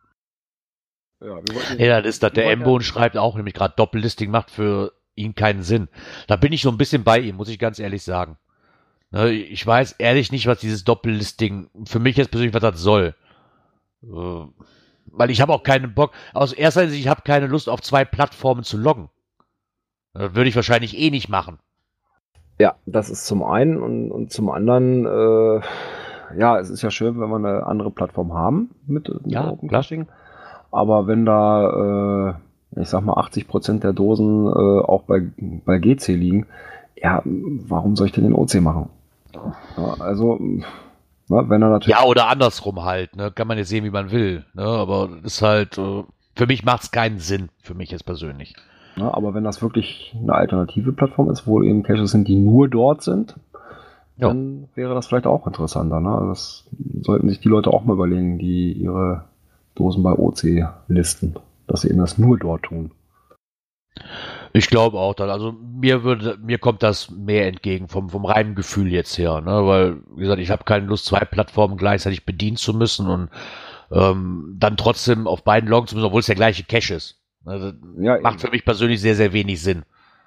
[SPEAKER 2] Ja, das ist das. Der Embon schreibt auch, nämlich gerade Doppellisting macht für ihn keinen Sinn. Da bin ich so ein bisschen bei ihm, muss ich ganz ehrlich sagen. Ich weiß ehrlich nicht, was dieses Doppellisting für mich jetzt persönlich, was das soll. Weil ich habe auch keinen Bock. Aus erster Hinsicht, ich habe keine Lust, auf 2 Plattformen zu loggen. Das würde ich wahrscheinlich eh nicht machen.
[SPEAKER 3] Ja, das ist zum einen und zum anderen, ja, es ist ja schön, wenn wir eine andere Plattform haben mit Open Caching. Aber wenn da, ich sag mal, 80% der Dosen auch bei GC liegen, ja, warum soll ich denn den OC machen? Ja, also, wenn er natürlich.
[SPEAKER 2] Ja, oder andersrum halt, ne? Kann man jetzt sehen, wie man will. Ne? Aber das ist halt, für mich macht es keinen Sinn, für mich jetzt persönlich.
[SPEAKER 3] Ja, aber wenn das wirklich eine alternative Plattform ist, wo eben Caches sind, die nur dort sind, dann wäre das vielleicht auch interessanter. Ne? Also das sollten sich die Leute auch mal überlegen, die ihre Dosen bei OC listen, dass sie eben das nur dort tun.
[SPEAKER 2] Ich glaube auch, also mir kommt das mehr entgegen vom reinen Gefühl jetzt her, ne? Weil, wie gesagt, ich habe keine Lust, 2 Plattformen gleichzeitig bedienen zu müssen und dann trotzdem auf beiden loggen zu müssen, obwohl es der gleiche Cache ist. Also, ja, macht für mich persönlich sehr, sehr wenig Sinn.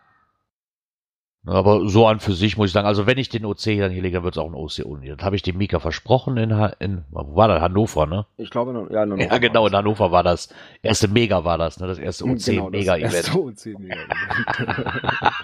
[SPEAKER 2] Aber so an für sich muss ich sagen, also wenn ich den OC dann hier lege, dann wird es auch ein OC-Only. Das habe ich dem Mika versprochen wo war das? Hannover, ne?
[SPEAKER 3] Ich glaube, in Hannover.
[SPEAKER 2] Ja, genau, in Hannover war das. Erste Mega war das, ne? Das erste OC-Mega-Event.
[SPEAKER 3] Das erste OC-Mega-Event.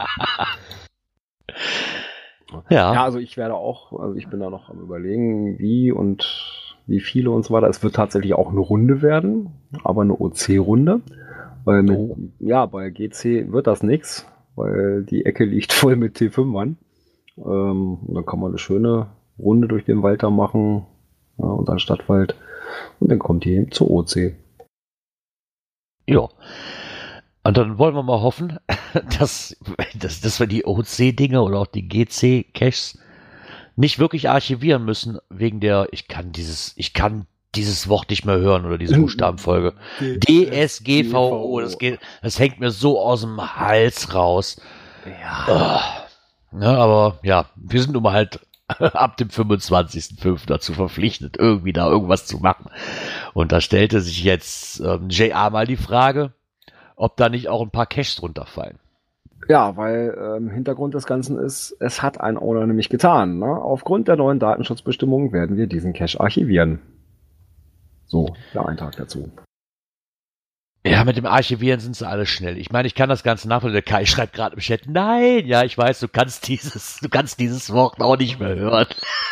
[SPEAKER 3] Ja, also ich bin da noch am Überlegen, wie viele und so weiter. Es wird tatsächlich auch eine Runde werden, aber eine OC-Runde. Weil bei GC wird das nichts, weil die Ecke liegt voll mit T5ern. Und dann kann man eine schöne Runde durch den Wald da machen, unseren Stadtwald. Und dann kommt die zur OC.
[SPEAKER 2] Ja. Und dann wollen wir mal hoffen, dass wir die OC-Dinge oder auch die GC-Caches nicht wirklich archivieren müssen, wegen der, ich kann dieses Wort nicht mehr hören oder diese Buchstabenfolge. DSGVO, das hängt mir so aus dem Hals raus. Ja. Aber ja, wir sind nun mal halt ab dem 25.05. dazu verpflichtet, irgendwie da irgendwas zu machen. Und da stellte sich jetzt JR mal die Frage, ob da nicht auch ein paar Caches drunter fallen.
[SPEAKER 3] Ja, weil Hintergrund des Ganzen ist, es hat ein Owner nämlich getan. Ne? Aufgrund der neuen Datenschutzbestimmungen werden wir diesen Cache archivieren. So, der Eintrag dazu.
[SPEAKER 2] Ja, mit dem Archivieren sind sie alle schnell. Ich meine, ich kann das Ganze nachvollziehen. Der Kai schreibt gerade im Chat, nein, ja, ich weiß, du kannst dieses Wort auch nicht mehr hören.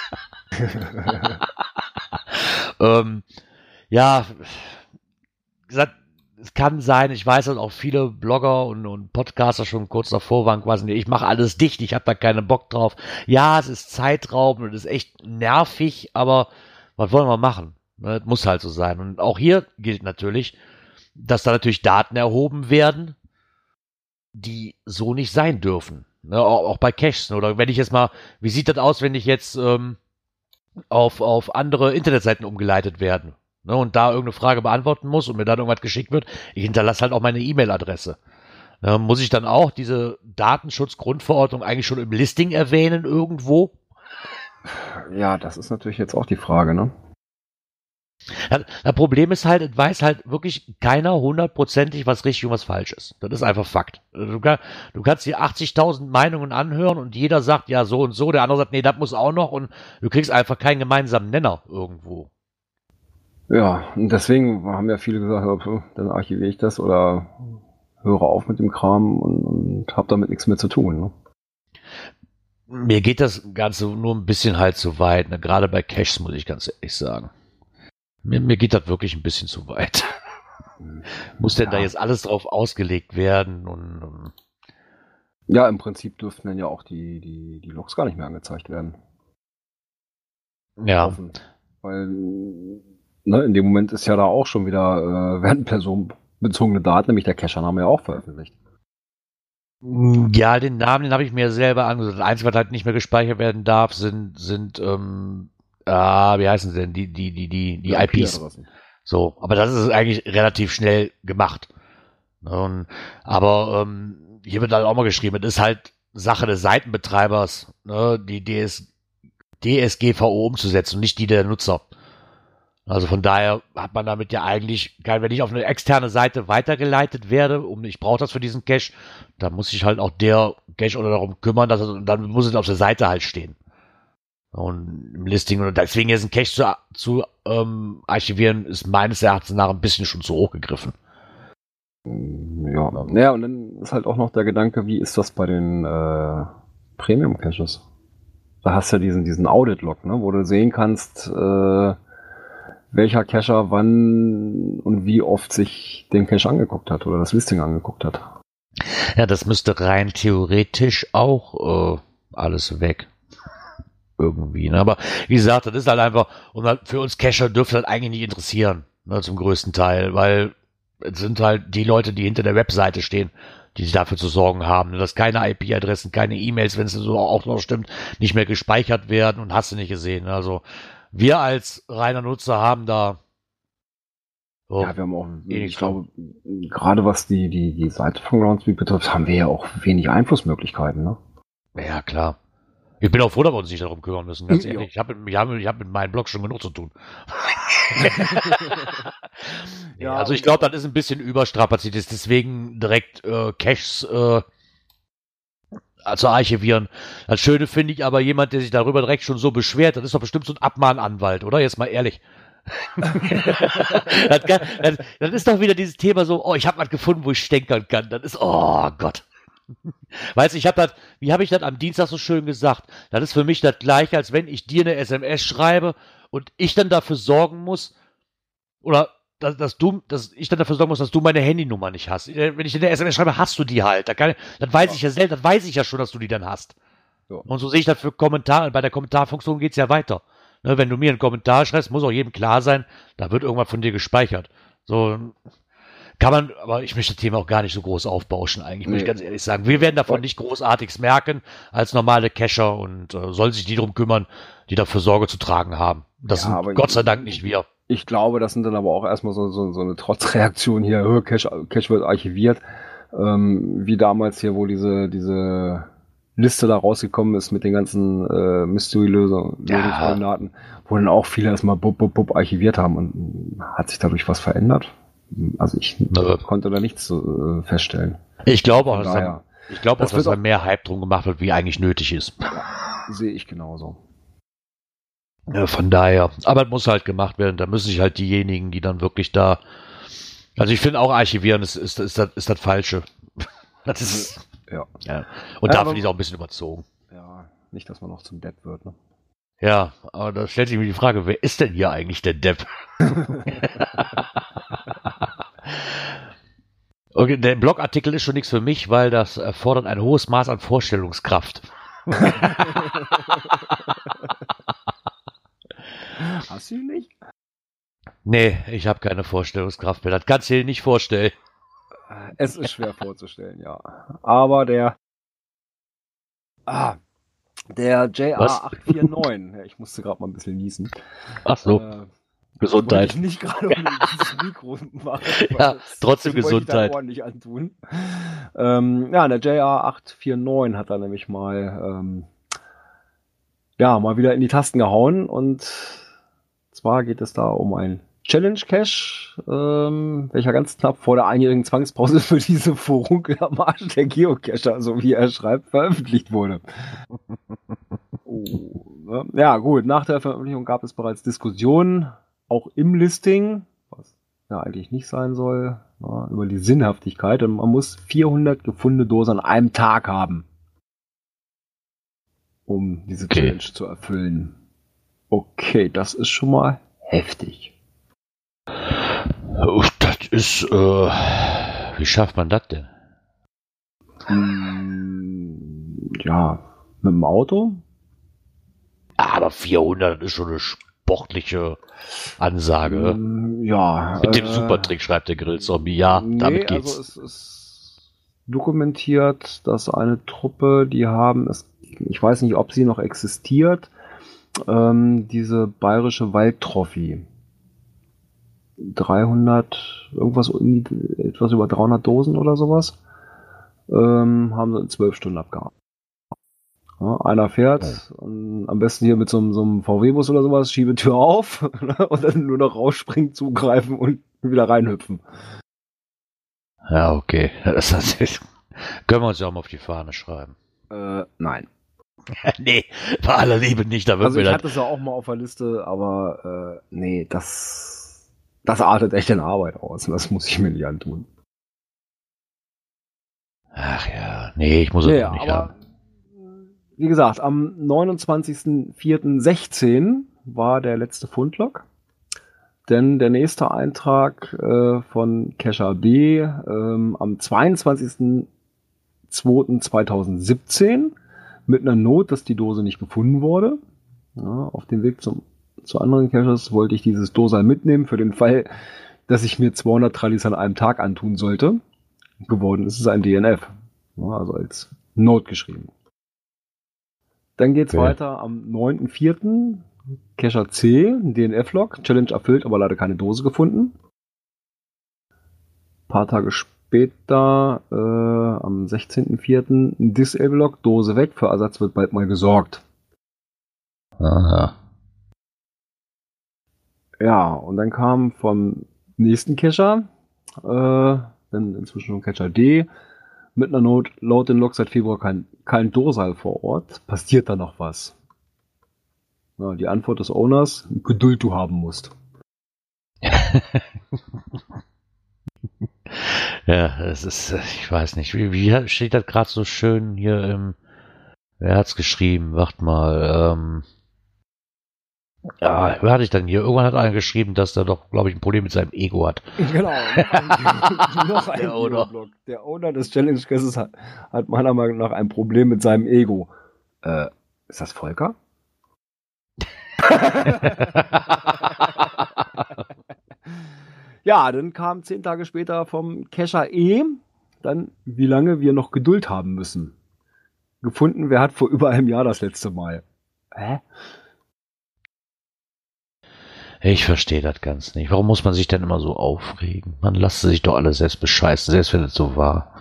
[SPEAKER 2] Ja, gesagt, es kann sein, ich weiß, dass auch viele Blogger und Podcaster schon kurz davor waren, quasi, ich mache alles dicht, ich habe da keinen Bock drauf. Ja, es ist zeitraubend und es ist echt nervig, aber was wollen wir machen? Es muss halt so sein. Und auch hier gilt natürlich, dass da natürlich Daten erhoben werden, die so nicht sein dürfen. Ne, auch bei Caches. Oder wenn ich jetzt mal, wie sieht das aus, wenn ich jetzt auf andere Internetseiten umgeleitet werden, ne, und da irgendeine Frage beantworten muss und mir dann irgendwas geschickt wird, ich hinterlasse halt auch meine E-Mail-Adresse. Muss ich dann auch diese Datenschutzgrundverordnung eigentlich schon im Listing erwähnen irgendwo?
[SPEAKER 3] Ja, das ist natürlich jetzt auch die Frage, ne?
[SPEAKER 2] Das Problem ist halt, es weiß halt wirklich keiner hundertprozentig, was richtig und was falsch ist. Das ist einfach Fakt. Du kannst dir 80.000 Meinungen anhören und jeder sagt ja so und so, der andere sagt, nee, das muss auch noch, und du kriegst einfach keinen gemeinsamen Nenner irgendwo.
[SPEAKER 3] Ja, und deswegen haben ja viele gesagt, dann archiviere ich das oder höre auf mit dem Kram und habe damit nichts mehr zu tun. Ne?
[SPEAKER 2] Mir geht das Ganze nur ein bisschen halt zu weit, ne? Gerade bei Caches, muss ich ganz ehrlich sagen. Mir geht das wirklich ein bisschen zu weit. Muss denn da jetzt alles drauf ausgelegt werden? Und
[SPEAKER 3] ja, im Prinzip dürften dann ja auch die Logs gar nicht mehr angezeigt werden.
[SPEAKER 2] Ja.
[SPEAKER 3] Weil ne, in dem Moment ist ja da auch schon wieder werden personenbezogene Daten, nämlich der Cachername ja auch veröffentlicht.
[SPEAKER 2] Ja, den Namen, den habe ich mir selber angesehen. Das Einzige, was halt nicht mehr gespeichert werden darf, sind wie heißen sie denn? Die IPs. So, aber das ist eigentlich relativ schnell gemacht. Aber hier wird halt auch mal geschrieben, es ist halt Sache des Seitenbetreibers, ne, die DSGVO umzusetzen und nicht die der Nutzer. Also von daher hat man damit ja eigentlich, wenn ich auf eine externe Seite weitergeleitet werde, ich brauche das für diesen Cache, dann muss sich halt auch der Cache oder darum kümmern, dann muss es auf der Seite halt stehen. Und im Listing, und deswegen jetzt ein Cache zu archivieren, ist meines Erachtens nach ein bisschen schon zu hoch gegriffen.
[SPEAKER 3] Ja, und dann ist halt auch noch der Gedanke, wie ist das bei den Premium-Caches? Da hast du ja diesen Audit-Log, ne, wo du sehen kannst, welcher Cacher wann und wie oft sich den Cache angeguckt hat oder das Listing angeguckt hat.
[SPEAKER 2] Ja, das müsste rein theoretisch auch alles weg. Irgendwie, ne? Aber wie gesagt, das ist halt einfach, und halt für uns Cacher dürfte das eigentlich nicht interessieren, ne, zum größten Teil, weil es sind halt die Leute, die hinter der Webseite stehen, die sich dafür zu sorgen haben, ne, dass keine IP-Adressen, keine E-Mails, wenn es so auch noch stimmt, nicht mehr gespeichert werden, und hast du nicht gesehen. Also wir als reiner Nutzer haben da
[SPEAKER 3] ja, wir haben auch, ich glaube, gerade was die Seite von Groundspeak betrifft, haben wir ja auch wenig Einflussmöglichkeiten, ne?
[SPEAKER 2] Ja, klar. Ich bin auch froh, dass wir uns nicht darum kümmern müssen, ganz ehrlich. Ich hab mit meinem Blog schon genug zu tun. Ja, also ich glaube, das ist ein bisschen überstrapaziert, deswegen direkt Caches zu archivieren. Das Schöne finde ich aber, jemand, der sich darüber direkt schon so beschwert, das ist doch bestimmt so ein Abmahnanwalt, oder? Jetzt mal ehrlich. das ist doch wieder dieses Thema so, oh, ich habe was gefunden, wo ich stänkern kann. Das ist, oh Gott. Weißt du, wie habe ich das am Dienstag so schön gesagt? Das ist für mich das Gleiche, als wenn ich dir eine SMS schreibe und ich dann dafür sorgen muss, oder dass ich dann dafür sorgen muss, dass du meine Handynummer nicht hast. Wenn ich dir eine SMS schreibe, hast du die halt. Das weiß ich ja selbst, das weiß ich ja schon, dass du die dann hast. Ja. Und so sehe ich das für Kommentare. Bei der Kommentarfunktion geht es ja weiter. Ne, wenn du mir einen Kommentar schreibst, muss auch jedem klar sein, da wird irgendwas von dir gespeichert. So kann man, aber ich möchte das Thema auch gar nicht so groß aufbauschen eigentlich, muss ich ganz ehrlich sagen. Wir werden davon nicht großartiges merken als normale Cacher, und sollen sich die darum kümmern, die dafür Sorge zu tragen haben. Das sind Gott sei Dank nicht wir.
[SPEAKER 3] Ich glaube, das sind dann aber auch erstmal so eine Trotzreaktion hier, Cache wird archiviert, wie damals hier, wo diese Liste da rausgekommen ist mit den ganzen Mystery-Lösungskoordinaten, wo dann auch viele erstmal archiviert haben, und hat sich dadurch was verändert? Also ich konnte da nichts feststellen.
[SPEAKER 2] Ich glaube auch, dass da mehr Hype drum gemacht wird, wie eigentlich nötig ist.
[SPEAKER 3] Ja, sehe ich genauso.
[SPEAKER 2] Ja, von daher. Aber es muss halt gemacht werden. Da müssen sich halt diejenigen, die dann wirklich da Also ich finde auch Archivieren ist das Falsche. Das ist,
[SPEAKER 3] Ja.
[SPEAKER 2] ja. Und dafür ist auch ein bisschen überzogen.
[SPEAKER 3] Ja, nicht, dass man noch zum Depp wird, ne?
[SPEAKER 2] Ja, aber da stellt sich mir die Frage, wer ist denn hier eigentlich der Depp? Okay, der Blogartikel ist schon nichts für mich, weil das erfordert ein hohes Maß an Vorstellungskraft.
[SPEAKER 3] Hast du ihn nicht?
[SPEAKER 2] Nee, ich habe keine Vorstellungskraft mehr. Das kannst du dir nicht vorstellen.
[SPEAKER 3] Es ist schwer vorzustellen, ja. Aber der JR849, ja, ich musste gerade mal ein bisschen niesen.
[SPEAKER 2] Ach so, Gesundheit.
[SPEAKER 3] Wollte ich nicht gerade dieses Mikro machen.
[SPEAKER 2] Ja, trotzdem
[SPEAKER 3] das wollte ich
[SPEAKER 2] Gesundheit.
[SPEAKER 3] da ordentlich antun. Ja, der JR849 hat da nämlich mal wieder in die Tasten gehauen, und zwar geht es da um ein Challenge Cache, welcher ganz knapp vor der einjährigen Zwangspause für diese Furunkel am Arsch der Geocacher, so wie er schreibt, veröffentlicht wurde. Ja gut, nach der Veröffentlichung gab es bereits Diskussionen, auch im Listing, was ja eigentlich nicht sein soll, über die Sinnhaftigkeit, und man muss 400 gefundene Dosen an einem Tag haben, um diese Challenge zu erfüllen. Okay, das ist schon mal heftig.
[SPEAKER 2] Das ist, wie schafft man das denn?
[SPEAKER 3] Ja, mit dem Auto?
[SPEAKER 2] Aber 400 ist schon eine sportliche Ansage.
[SPEAKER 3] Ja.
[SPEAKER 2] Mit dem Supertrick schreibt der Grillzombie. Ja, damit geht's.
[SPEAKER 3] Also es ist dokumentiert, dass eine Truppe, die haben, ich weiß nicht, ob sie noch existiert, diese bayerische Waldtrophy. 300, etwas über 300 Dosen oder sowas, haben sie in 12 Stunden abgehauen. Ja, einer fährt, und am besten hier mit so einem VW-Bus oder sowas, Schiebetür auf und dann nur noch rausspringen, zugreifen und wieder reinhüpfen.
[SPEAKER 2] Ja, okay. Das heißt, können wir uns ja auch mal auf die Fahne schreiben.
[SPEAKER 3] Nein.
[SPEAKER 2] Nee, bei aller Liebe nicht. Da wird
[SPEAKER 3] Also
[SPEAKER 2] mir
[SPEAKER 3] ich hatte es ja auch mal auf der Liste, aber nee, das artet echt in Arbeit aus, und das muss ich mir nicht antun.
[SPEAKER 2] Ach ja, nee, ich muss es auch nicht haben.
[SPEAKER 3] Wie gesagt, am 29.04.16 war der letzte Fundlog, denn der nächste Eintrag von Cacher B am 22.02.2017 mit einer Not, dass die Dose nicht gefunden wurde. Ja, auf dem Weg zu anderen Caches wollte ich dieses Dosal mitnehmen, für den Fall, dass ich mir 200 Trallis an einem Tag antun sollte. Geworden ist es ein DNF. Ja, also als Note geschrieben. Dann geht's weiter am 9.04. Cacher C, DNF-Log, Challenge erfüllt, aber leider keine Dose gefunden. Ein paar Tage später, am 16.04. Disable-Log, Dose weg, für Ersatz wird bald mal gesorgt.
[SPEAKER 2] Aha.
[SPEAKER 3] Ja, und dann kam vom nächsten Cacher, dann inzwischen schon Cacher D, mit einer Not, laut den Log seit Februar kein Dosal vor Ort. Passiert da noch was? Ja, die Antwort des Owners, Geduld du haben musst.
[SPEAKER 2] Ja, es ist, ich weiß nicht, wie steht das gerade so schön hier im, wer hat's geschrieben? Wart mal, wer hatte ich denn hier? Irgendwann hat einer geschrieben, dass er doch, glaube ich, ein Problem mit seinem Ego hat.
[SPEAKER 3] Genau. Noch ein
[SPEAKER 2] Der Owner.
[SPEAKER 3] Blog. Der Owner des Challenge Caches hat meiner Meinung nach ein Problem mit seinem Ego. Ist das Volker? Ja, dann kam 10 Tage später vom Cacher E, dann, wie lange wir noch Geduld haben müssen. Gefunden, wer hat vor über einem Jahr das letzte Mal. Hä?
[SPEAKER 2] Ich verstehe das ganz nicht. Warum muss man sich denn immer so aufregen? Man lasst sich doch alle selbst bescheißen, selbst wenn es so war.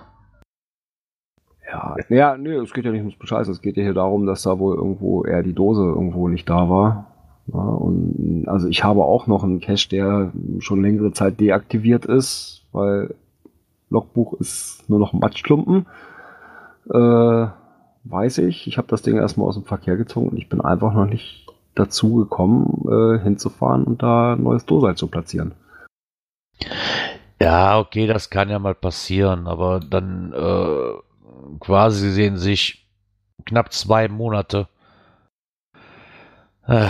[SPEAKER 3] Ja, nee, es geht ja nicht ums Bescheißen. Es geht ja hier darum, dass da wohl irgendwo eher die Dose irgendwo nicht da war. Ja, und also ich habe auch noch einen Cache, der schon längere Zeit deaktiviert ist, weil Logbuch ist nur noch ein Matschklumpen. Weiß ich. Ich habe das Ding erstmal aus dem Verkehr gezogen und ich bin einfach noch nicht dazu gekommen, hinzufahren und da ein neues Dosal zu platzieren.
[SPEAKER 2] Ja, okay, das kann ja mal passieren, aber dann quasi gesehen sich knapp 2 Monate äh,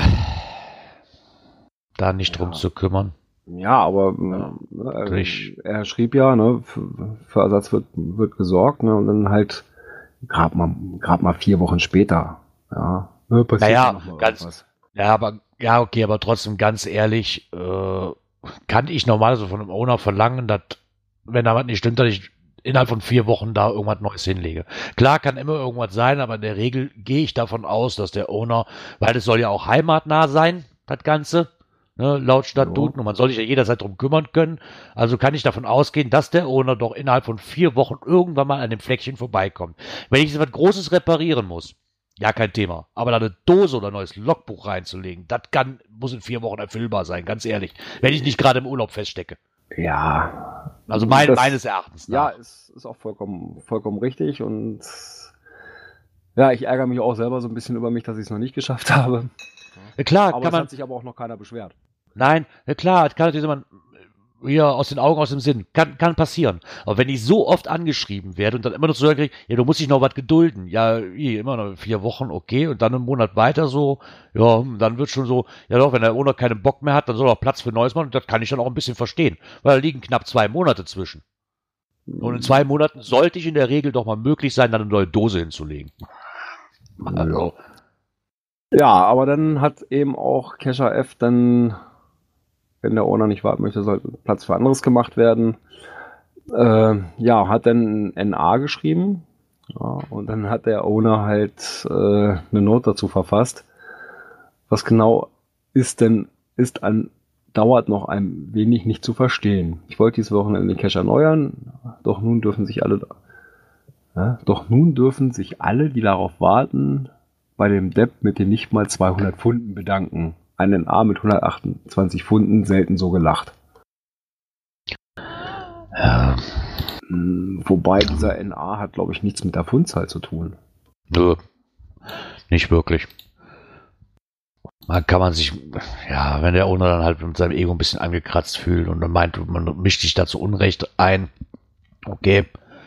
[SPEAKER 2] da nicht drum
[SPEAKER 3] Ja.
[SPEAKER 2] zu kümmern.
[SPEAKER 3] Ja, aber
[SPEAKER 2] Durch.
[SPEAKER 3] er schrieb ja, ne, für Ersatz wird gesorgt, ne, und dann halt gerade mal 4 Wochen später, ja, ne, passiert
[SPEAKER 2] Naja,
[SPEAKER 3] ja noch mal irgendwas.
[SPEAKER 2] ja, okay, aber trotzdem ganz ehrlich, kann ich normalerweise von einem Owner verlangen, dass, wenn da was nicht stimmt, dass ich innerhalb von 4 Wochen da irgendwas Neues hinlege. Klar kann immer irgendwas sein, aber in der Regel gehe ich davon aus, dass der Owner, weil das soll ja auch heimatnah sein, das Ganze, ne, laut Statuten, und man soll sich ja jederzeit drum kümmern können. Also kann ich davon ausgehen, dass der Owner doch innerhalb von 4 Wochen irgendwann mal an dem Fleckchen vorbeikommt. Wenn ich was Großes reparieren muss, ja, kein Thema. Aber da eine Dose oder ein neues Logbuch reinzulegen, muss in 4 Wochen erfüllbar sein, ganz ehrlich. Wenn ich nicht gerade im Urlaub feststecke.
[SPEAKER 3] Ja.
[SPEAKER 2] Also
[SPEAKER 3] Das-
[SPEAKER 2] meines Erachtens
[SPEAKER 3] Ja,
[SPEAKER 2] nach.
[SPEAKER 3] ist auch vollkommen richtig, und ja, ich ärgere mich auch selber so ein bisschen über mich, dass ich es noch nicht geschafft habe.
[SPEAKER 2] Ja, klar,
[SPEAKER 3] Aber
[SPEAKER 2] kann
[SPEAKER 3] es
[SPEAKER 2] man.
[SPEAKER 3] hat sich aber auch noch keiner beschwert.
[SPEAKER 2] Nein, ja klar, kann natürlich man hier aus den Augen, aus dem Sinn. Kann passieren. Aber wenn ich so oft angeschrieben werde und dann immer noch zu hören kriege, ja, du musst dich noch was gedulden. Ja, immer noch 4 Wochen, okay, und dann einen Monat weiter so, ja, dann wird schon so, ja doch, wenn der Owner keinen Bock mehr hat, dann soll er auch Platz für Neues machen, und das kann ich dann auch ein bisschen verstehen. Weil da liegen knapp 2 Monate zwischen. Und in 2 Monaten sollte ich in der Regel doch mal möglich sein, dann eine neue Dose hinzulegen. Also,
[SPEAKER 3] Ja, aber dann hat eben auch Kescher F dann, wenn der Owner nicht warten möchte, soll Platz für anderes gemacht werden. Ja, hat dann ein NA geschrieben. Ja, und dann hat der Owner halt eine Note dazu verfasst. Was genau dauert noch ein wenig nicht zu verstehen. Ich wollte dieses Wochenende den Cache erneuern, doch nun dürfen sich alle, die darauf warten, bei dem Depp mit den nicht mal 200 Pfunden bedanken. Einen A mit 128 Pfunden, selten so gelacht.
[SPEAKER 2] ja,
[SPEAKER 3] Wobei dieser NA hat, glaube ich, nichts mit der Pfundzahl zu tun.
[SPEAKER 2] nö, nicht wirklich. Man kann man sich, ja, wenn der Owner dann halt mit seinem Ego ein bisschen angekratzt fühlt und dann meint, man mischt sich da zu Unrecht ein, okay.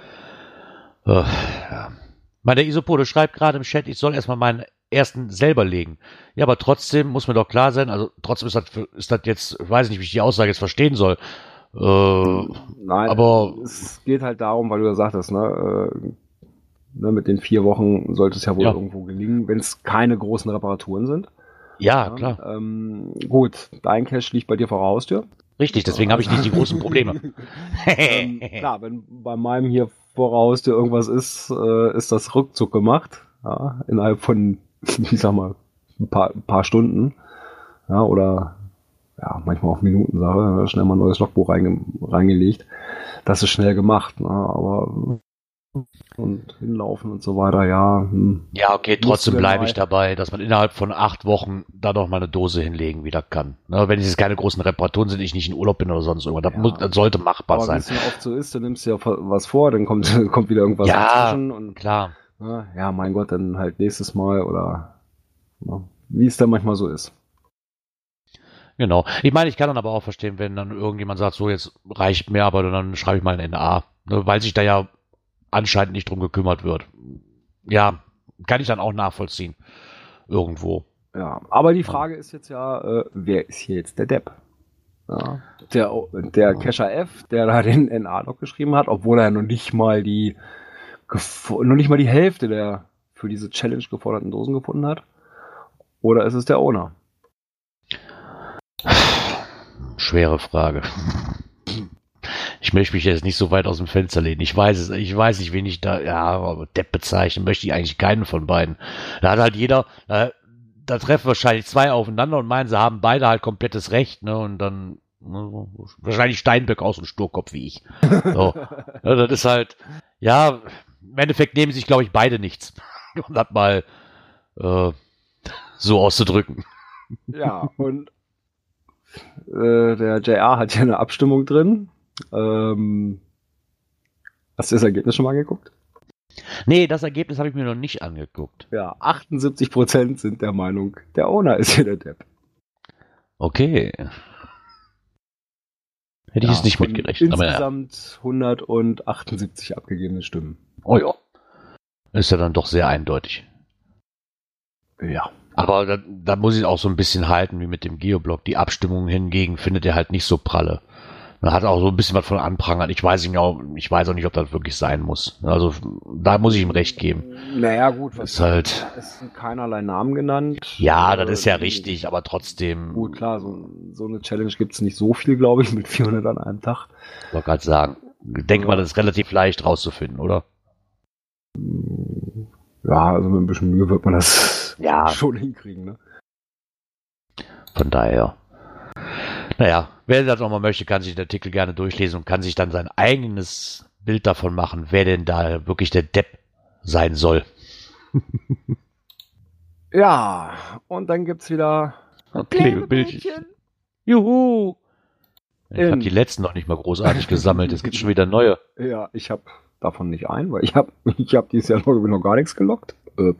[SPEAKER 2] Ja. Der Isopode schreibt gerade im Chat, ich soll erstmal meinen ersten selber legen. Ja, aber trotzdem muss mir doch klar sein, also trotzdem ist das jetzt, ich weiß nicht, wie ich die Aussage jetzt verstehen soll.
[SPEAKER 3] Nein,
[SPEAKER 2] aber
[SPEAKER 3] es geht halt darum, weil du ja sagtest, mit den 4 Wochen sollte es ja wohl irgendwo gelingen, wenn es keine großen Reparaturen sind.
[SPEAKER 2] ja, klar.
[SPEAKER 3] Gut, dein Cache liegt bei dir vor der Haustür.
[SPEAKER 2] Richtig, deswegen habe ich nicht die großen Probleme.
[SPEAKER 3] Klar, wenn bei meinem hier vor der Haustür irgendwas ist, ist das ruckzuck gemacht. Ja, innerhalb von, ich sag mal, ein paar Stunden. Ja, oder ja, manchmal auch Minutensache. Schnell mal ein neues Logbuch reingelegt. Das ist schnell gemacht. Ne? Aber und hinlaufen und so weiter, ja.
[SPEAKER 2] Ja, okay, trotzdem bleibe ich dabei, dass man innerhalb von 8 Wochen da doch mal eine Dose hinlegen wieder kann. Ne, wenn es jetzt keine großen Reparaturen sind, ich nicht in Urlaub bin oder sonst irgendwas. Das sollte machbar
[SPEAKER 3] aber
[SPEAKER 2] sein.
[SPEAKER 3] wie es dann oft so ist, du nimmst ja was vor, dann kommt wieder irgendwas dazwischen. Und
[SPEAKER 2] klar.
[SPEAKER 3] Ja, mein Gott, dann halt nächstes Mal oder wie es dann manchmal so ist.
[SPEAKER 2] Genau. Ich meine, ich kann dann aber auch verstehen, wenn dann irgendjemand sagt, so jetzt reicht mir, aber dann schreibe ich mal ein NA. Ne, weil sich da ja anscheinend nicht drum gekümmert wird. Ja, kann ich dann auch nachvollziehen. Irgendwo.
[SPEAKER 3] Ja, aber die Frage ist jetzt ja, wer ist hier jetzt der Depp? Ja, der Cacher F, der da den NA-Log geschrieben hat, obwohl er noch nicht mal die Hälfte der für diese Challenge geforderten Dosen gefunden hat. Oder ist es der Owner?
[SPEAKER 2] Schwere Frage. Ich möchte mich jetzt nicht so weit aus dem Fenster lehnen. Ich weiß nicht, wen ich da, aber Depp bezeichnen möchte ich eigentlich keinen von beiden. Da hat halt jeder, da treffen wahrscheinlich 2 aufeinander und meinen, sie haben beide halt komplettes Recht, ne, und dann, wahrscheinlich Steinböck aus dem Sturkopf wie ich. So. Ja, das ist halt, ja, im Endeffekt nehmen sich, glaube ich, beide nichts. Um das mal, so auszudrücken.
[SPEAKER 3] Ja, und der JR hat ja eine Abstimmung drin. Hast du das Ergebnis schon mal angeguckt?
[SPEAKER 2] Nee, das Ergebnis habe ich mir noch nicht angeguckt.
[SPEAKER 3] Ja, 78% sind der Meinung, der Owner ist hier der Depp.
[SPEAKER 2] Okay. Hätte ich es nicht
[SPEAKER 3] von
[SPEAKER 2] mitgerechnet. Aber ja.
[SPEAKER 3] Insgesamt 178 abgegebene Stimmen.
[SPEAKER 2] Oh ja. Ist ja dann doch sehr eindeutig.
[SPEAKER 3] Ja.
[SPEAKER 2] Aber da muss ich auch so ein bisschen halten, wie mit dem Geoblock. Die Abstimmung hingegen findet er halt nicht so pralle. Man hat auch so ein bisschen was von Anprangern. Ich weiß auch nicht, ob das wirklich sein muss. Also da muss ich ihm recht geben.
[SPEAKER 3] Naja, gut,
[SPEAKER 2] ist halt.
[SPEAKER 3] Es sind keinerlei Namen genannt.
[SPEAKER 2] Ja, das ist ja richtig, aber trotzdem.
[SPEAKER 3] Gut, klar, so eine Challenge gibt es nicht so viel, glaube ich, mit 400 an einem Tag.
[SPEAKER 2] Ich wollte gerade sagen, ich denke mal, das ist relativ leicht rauszufinden, oder?
[SPEAKER 3] Ja, also mit ein bisschen Mühe wird man das schon hinkriegen, ne?
[SPEAKER 2] Von daher. Naja, wer das nochmal möchte, kann sich den Artikel gerne durchlesen und kann sich dann sein eigenes Bild davon machen, wer denn da wirklich der Depp sein soll.
[SPEAKER 3] Ja, und dann gibt's wieder
[SPEAKER 2] Klebebildchen. Juhu! Ich habe die letzten noch nicht mal großartig gesammelt. Es gibt schon wieder neue.
[SPEAKER 3] Ja, ich habe davon nicht ein, weil ich hab dieses Jahr noch gar nichts gelockt.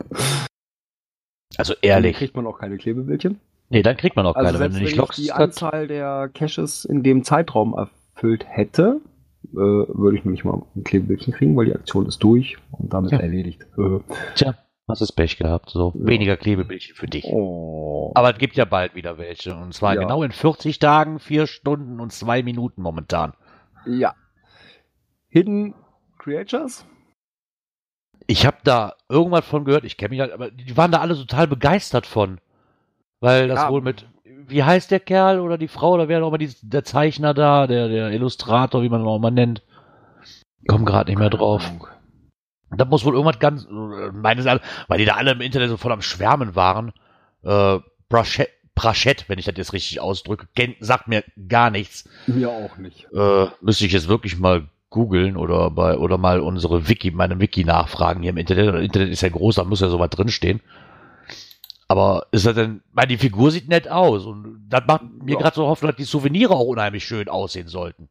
[SPEAKER 2] Also ehrlich.
[SPEAKER 3] Dann kriegt man auch keine Klebebildchen.
[SPEAKER 2] Nee, dann kriegt man auch keine,
[SPEAKER 3] wenn du nicht lockst. Wenn ich die Anzahl der Caches in dem Zeitraum erfüllt hätte, würde ich noch nicht mal ein Klebebildchen kriegen, weil die Aktion ist durch und damit erledigt.
[SPEAKER 2] Tja, hast du Pech gehabt. So, weniger Klebebildchen für dich.
[SPEAKER 3] Oh.
[SPEAKER 2] Aber es gibt ja bald wieder welche. Und zwar genau in 40 Tagen, 4 Stunden und 2 Minuten momentan.
[SPEAKER 3] Ja. Hidden Creatures?
[SPEAKER 2] Ich habe da irgendwas von gehört. Ich kenne mich halt, aber die waren da alle total begeistert von. Weil das wohl mit, wie heißt der Kerl oder die Frau, oder wer auch immer der Zeichner da, der Illustrator, wie man ihn auch immer nennt. Komm gerade nicht mehr drauf. Da muss wohl irgendwas ganz, meines Erachtens, weil die da alle im Internet so voll am Schwärmen waren. Praschett, wenn ich das jetzt richtig ausdrücke, sagt mir gar nichts.
[SPEAKER 3] Mir auch nicht.
[SPEAKER 2] Müsste ich jetzt wirklich mal googeln oder mal meine Wiki nachfragen hier im Internet. Das Internet ist ja groß, da muss ja sowas drinstehen. Aber ist das denn, weil die Figur sieht nett aus und das macht mir gerade so Hoffnung, dass die Souvenire auch unheimlich schön aussehen sollten.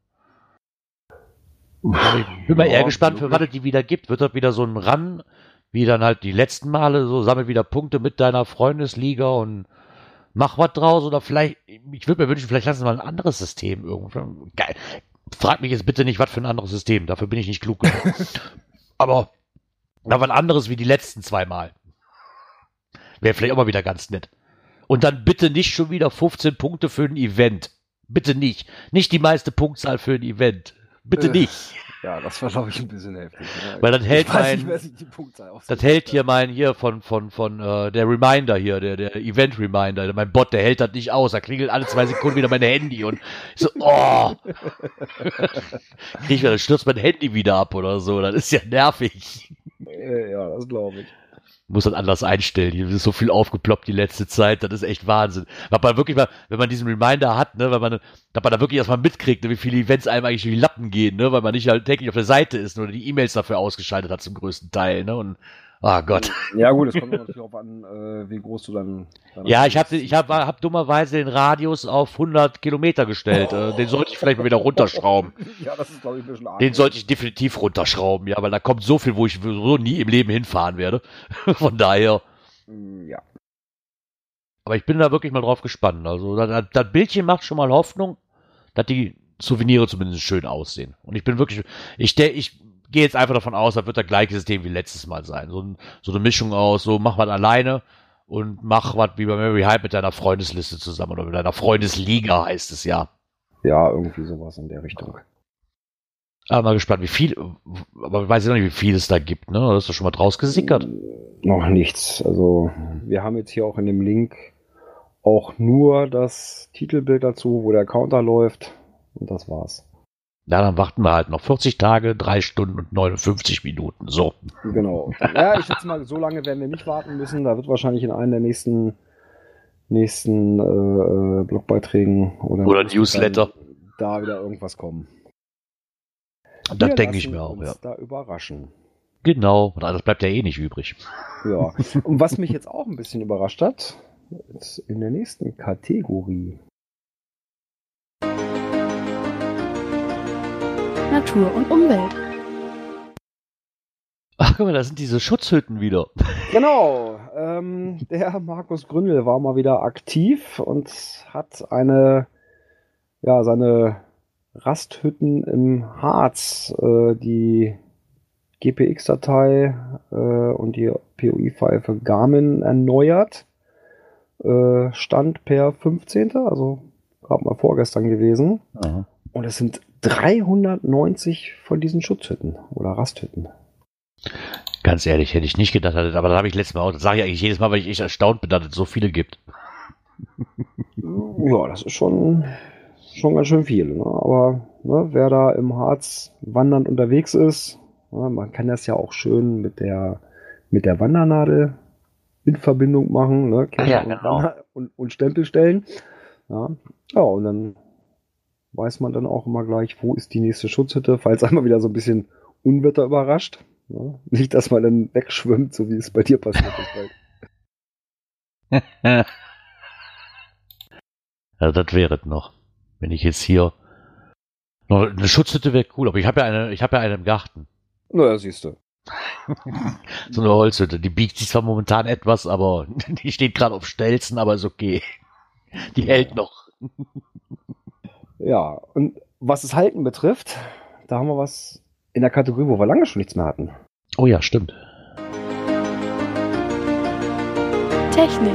[SPEAKER 2] Ich bin mal eher gespannt, für was es die wieder gibt. Wird das wieder so ein Run, wie dann halt die letzten Male, so sammel wieder Punkte mit deiner Freundesliga und mach was draus oder vielleicht, ich würde mir wünschen, vielleicht lassen sie mal ein anderes System irgendwo. Geil. Frag mich jetzt bitte nicht, was für ein anderes System, dafür bin ich nicht klug genug. Aber was anderes wie die letzten 2 Mal. Wäre vielleicht auch mal wieder ganz nett. Und dann bitte nicht schon wieder 15 Punkte für ein Event. Bitte nicht. Nicht die meiste Punktzahl für ein Event. Bitte nicht.
[SPEAKER 3] Ja, das war, glaube ich, ein bisschen heftig. Ja.
[SPEAKER 2] Weil das hält hier von der Reminder hier, der Event Reminder, mein Bot, der hält das nicht aus. Da klingelt alle 2 Sekunden wieder mein Handy und ich so, dann stürzt mein Handy wieder ab oder so. Das ist ja nervig.
[SPEAKER 3] Ja, das glaube ich.
[SPEAKER 2] Muss das anders einstellen. Hier ist so viel aufgeploppt die letzte Zeit, das ist echt Wahnsinn. Was man wirklich mal, wenn man diesen Reminder hat, ne, dass man da wirklich erstmal mitkriegt, ne, wie viele Events einem eigentlich durch die Lappen gehen, ne, weil man nicht halt täglich auf der Seite ist oder die E-Mails dafür ausgeschaltet hat zum größten Teil, ne, und Gott.
[SPEAKER 3] Ja gut, es kommt natürlich auch an, wie groß du dann
[SPEAKER 2] ja, ich hab dummerweise den Radius auf 100 Kilometer gestellt. Den sollte ich vielleicht mal wieder runterschrauben.
[SPEAKER 3] Ja, das ist, glaube ich, ein bisschen arg.
[SPEAKER 2] Den sollte ich definitiv runterschrauben, ja, weil da kommt so viel, wo ich so nie im Leben hinfahren werde. Von daher.
[SPEAKER 3] Ja.
[SPEAKER 2] Aber ich bin da wirklich mal drauf gespannt. Also das Bildchen macht schon mal Hoffnung, dass die Souvenire zumindest schön aussehen. Und ich bin wirklich, ich gehe jetzt einfach davon aus, das wird das gleiche System wie letztes Mal sein. So eine Mischung aus, so mach was alleine und mach was wie bei Mary Hype mit deiner Freundesliste zusammen oder mit deiner Freundesliga heißt es ja.
[SPEAKER 3] Ja, irgendwie sowas in der Richtung.
[SPEAKER 2] Aber mal gespannt, wie viel, aber ich weiß ja noch nicht, wie viel es da gibt, ne? Das ist doch schon mal draus gesickert.
[SPEAKER 3] Noch nichts. Also, wir haben jetzt hier auch in dem Link auch nur das Titelbild dazu, wo der Counter läuft und das war's.
[SPEAKER 2] Ja, dann warten wir halt noch 40 Tage, 3 Stunden und 59 Minuten. So.
[SPEAKER 3] Genau. Ja, ich schätze mal, so lange werden wir nicht warten müssen. Da wird wahrscheinlich in einem der nächsten Blogbeiträgen oder
[SPEAKER 2] Newsletter
[SPEAKER 3] da wieder irgendwas kommen.
[SPEAKER 2] Das denke ich mir auch, ja.
[SPEAKER 3] Da überraschen.
[SPEAKER 2] Genau, das bleibt ja eh nicht übrig.
[SPEAKER 3] Ja. Und was mich jetzt auch ein bisschen überrascht hat, ist in der nächsten Kategorie.
[SPEAKER 4] Natur und Umwelt.
[SPEAKER 2] Ach, guck mal, da sind diese Schutzhütten wieder.
[SPEAKER 3] Genau, der Markus Gründel war mal wieder aktiv und hat seine Rasthütten im Harz die GPX-Datei und die POI-File für Garmin erneuert. Stand per 15., also gerade mal vorgestern gewesen.
[SPEAKER 2] Aha.
[SPEAKER 3] Und es sind 390 von diesen Schutzhütten oder Rasthütten.
[SPEAKER 2] Ganz ehrlich, hätte ich nicht gedacht, aber das habe ich letztes Mal auch, das sage ich eigentlich jedes Mal, weil ich echt erstaunt bin, dass es so viele gibt.
[SPEAKER 3] Ja, das ist schon ganz schön viel. Ne? Aber ne, wer da im Harz wandernd unterwegs ist, ne, man kann das ja auch schön mit der Wandernadel in Verbindung machen. Ne?
[SPEAKER 2] Ja, genau.
[SPEAKER 3] Und Stempel stellen. Ja. Ja, und dann weiß man dann auch immer gleich, wo ist die nächste Schutzhütte, falls einmal wieder so ein bisschen Unwetter überrascht. Ja? Nicht, dass man dann wegschwimmt, so wie es bei dir passiert ist.
[SPEAKER 2] Also das wäre es noch. Wenn ich jetzt hier noch eine Schutzhütte wäre cool, aber ich habe ja eine im Garten.
[SPEAKER 3] Naja, siehst du.
[SPEAKER 2] So eine Holzhütte. Die biegt sich zwar momentan etwas, aber die steht gerade auf Stelzen, aber ist okay. Die hält noch.
[SPEAKER 3] Ja, und was das Halten betrifft, da haben wir was in der Kategorie, wo wir lange schon nichts mehr hatten.
[SPEAKER 2] Oh ja, stimmt.
[SPEAKER 4] Technik.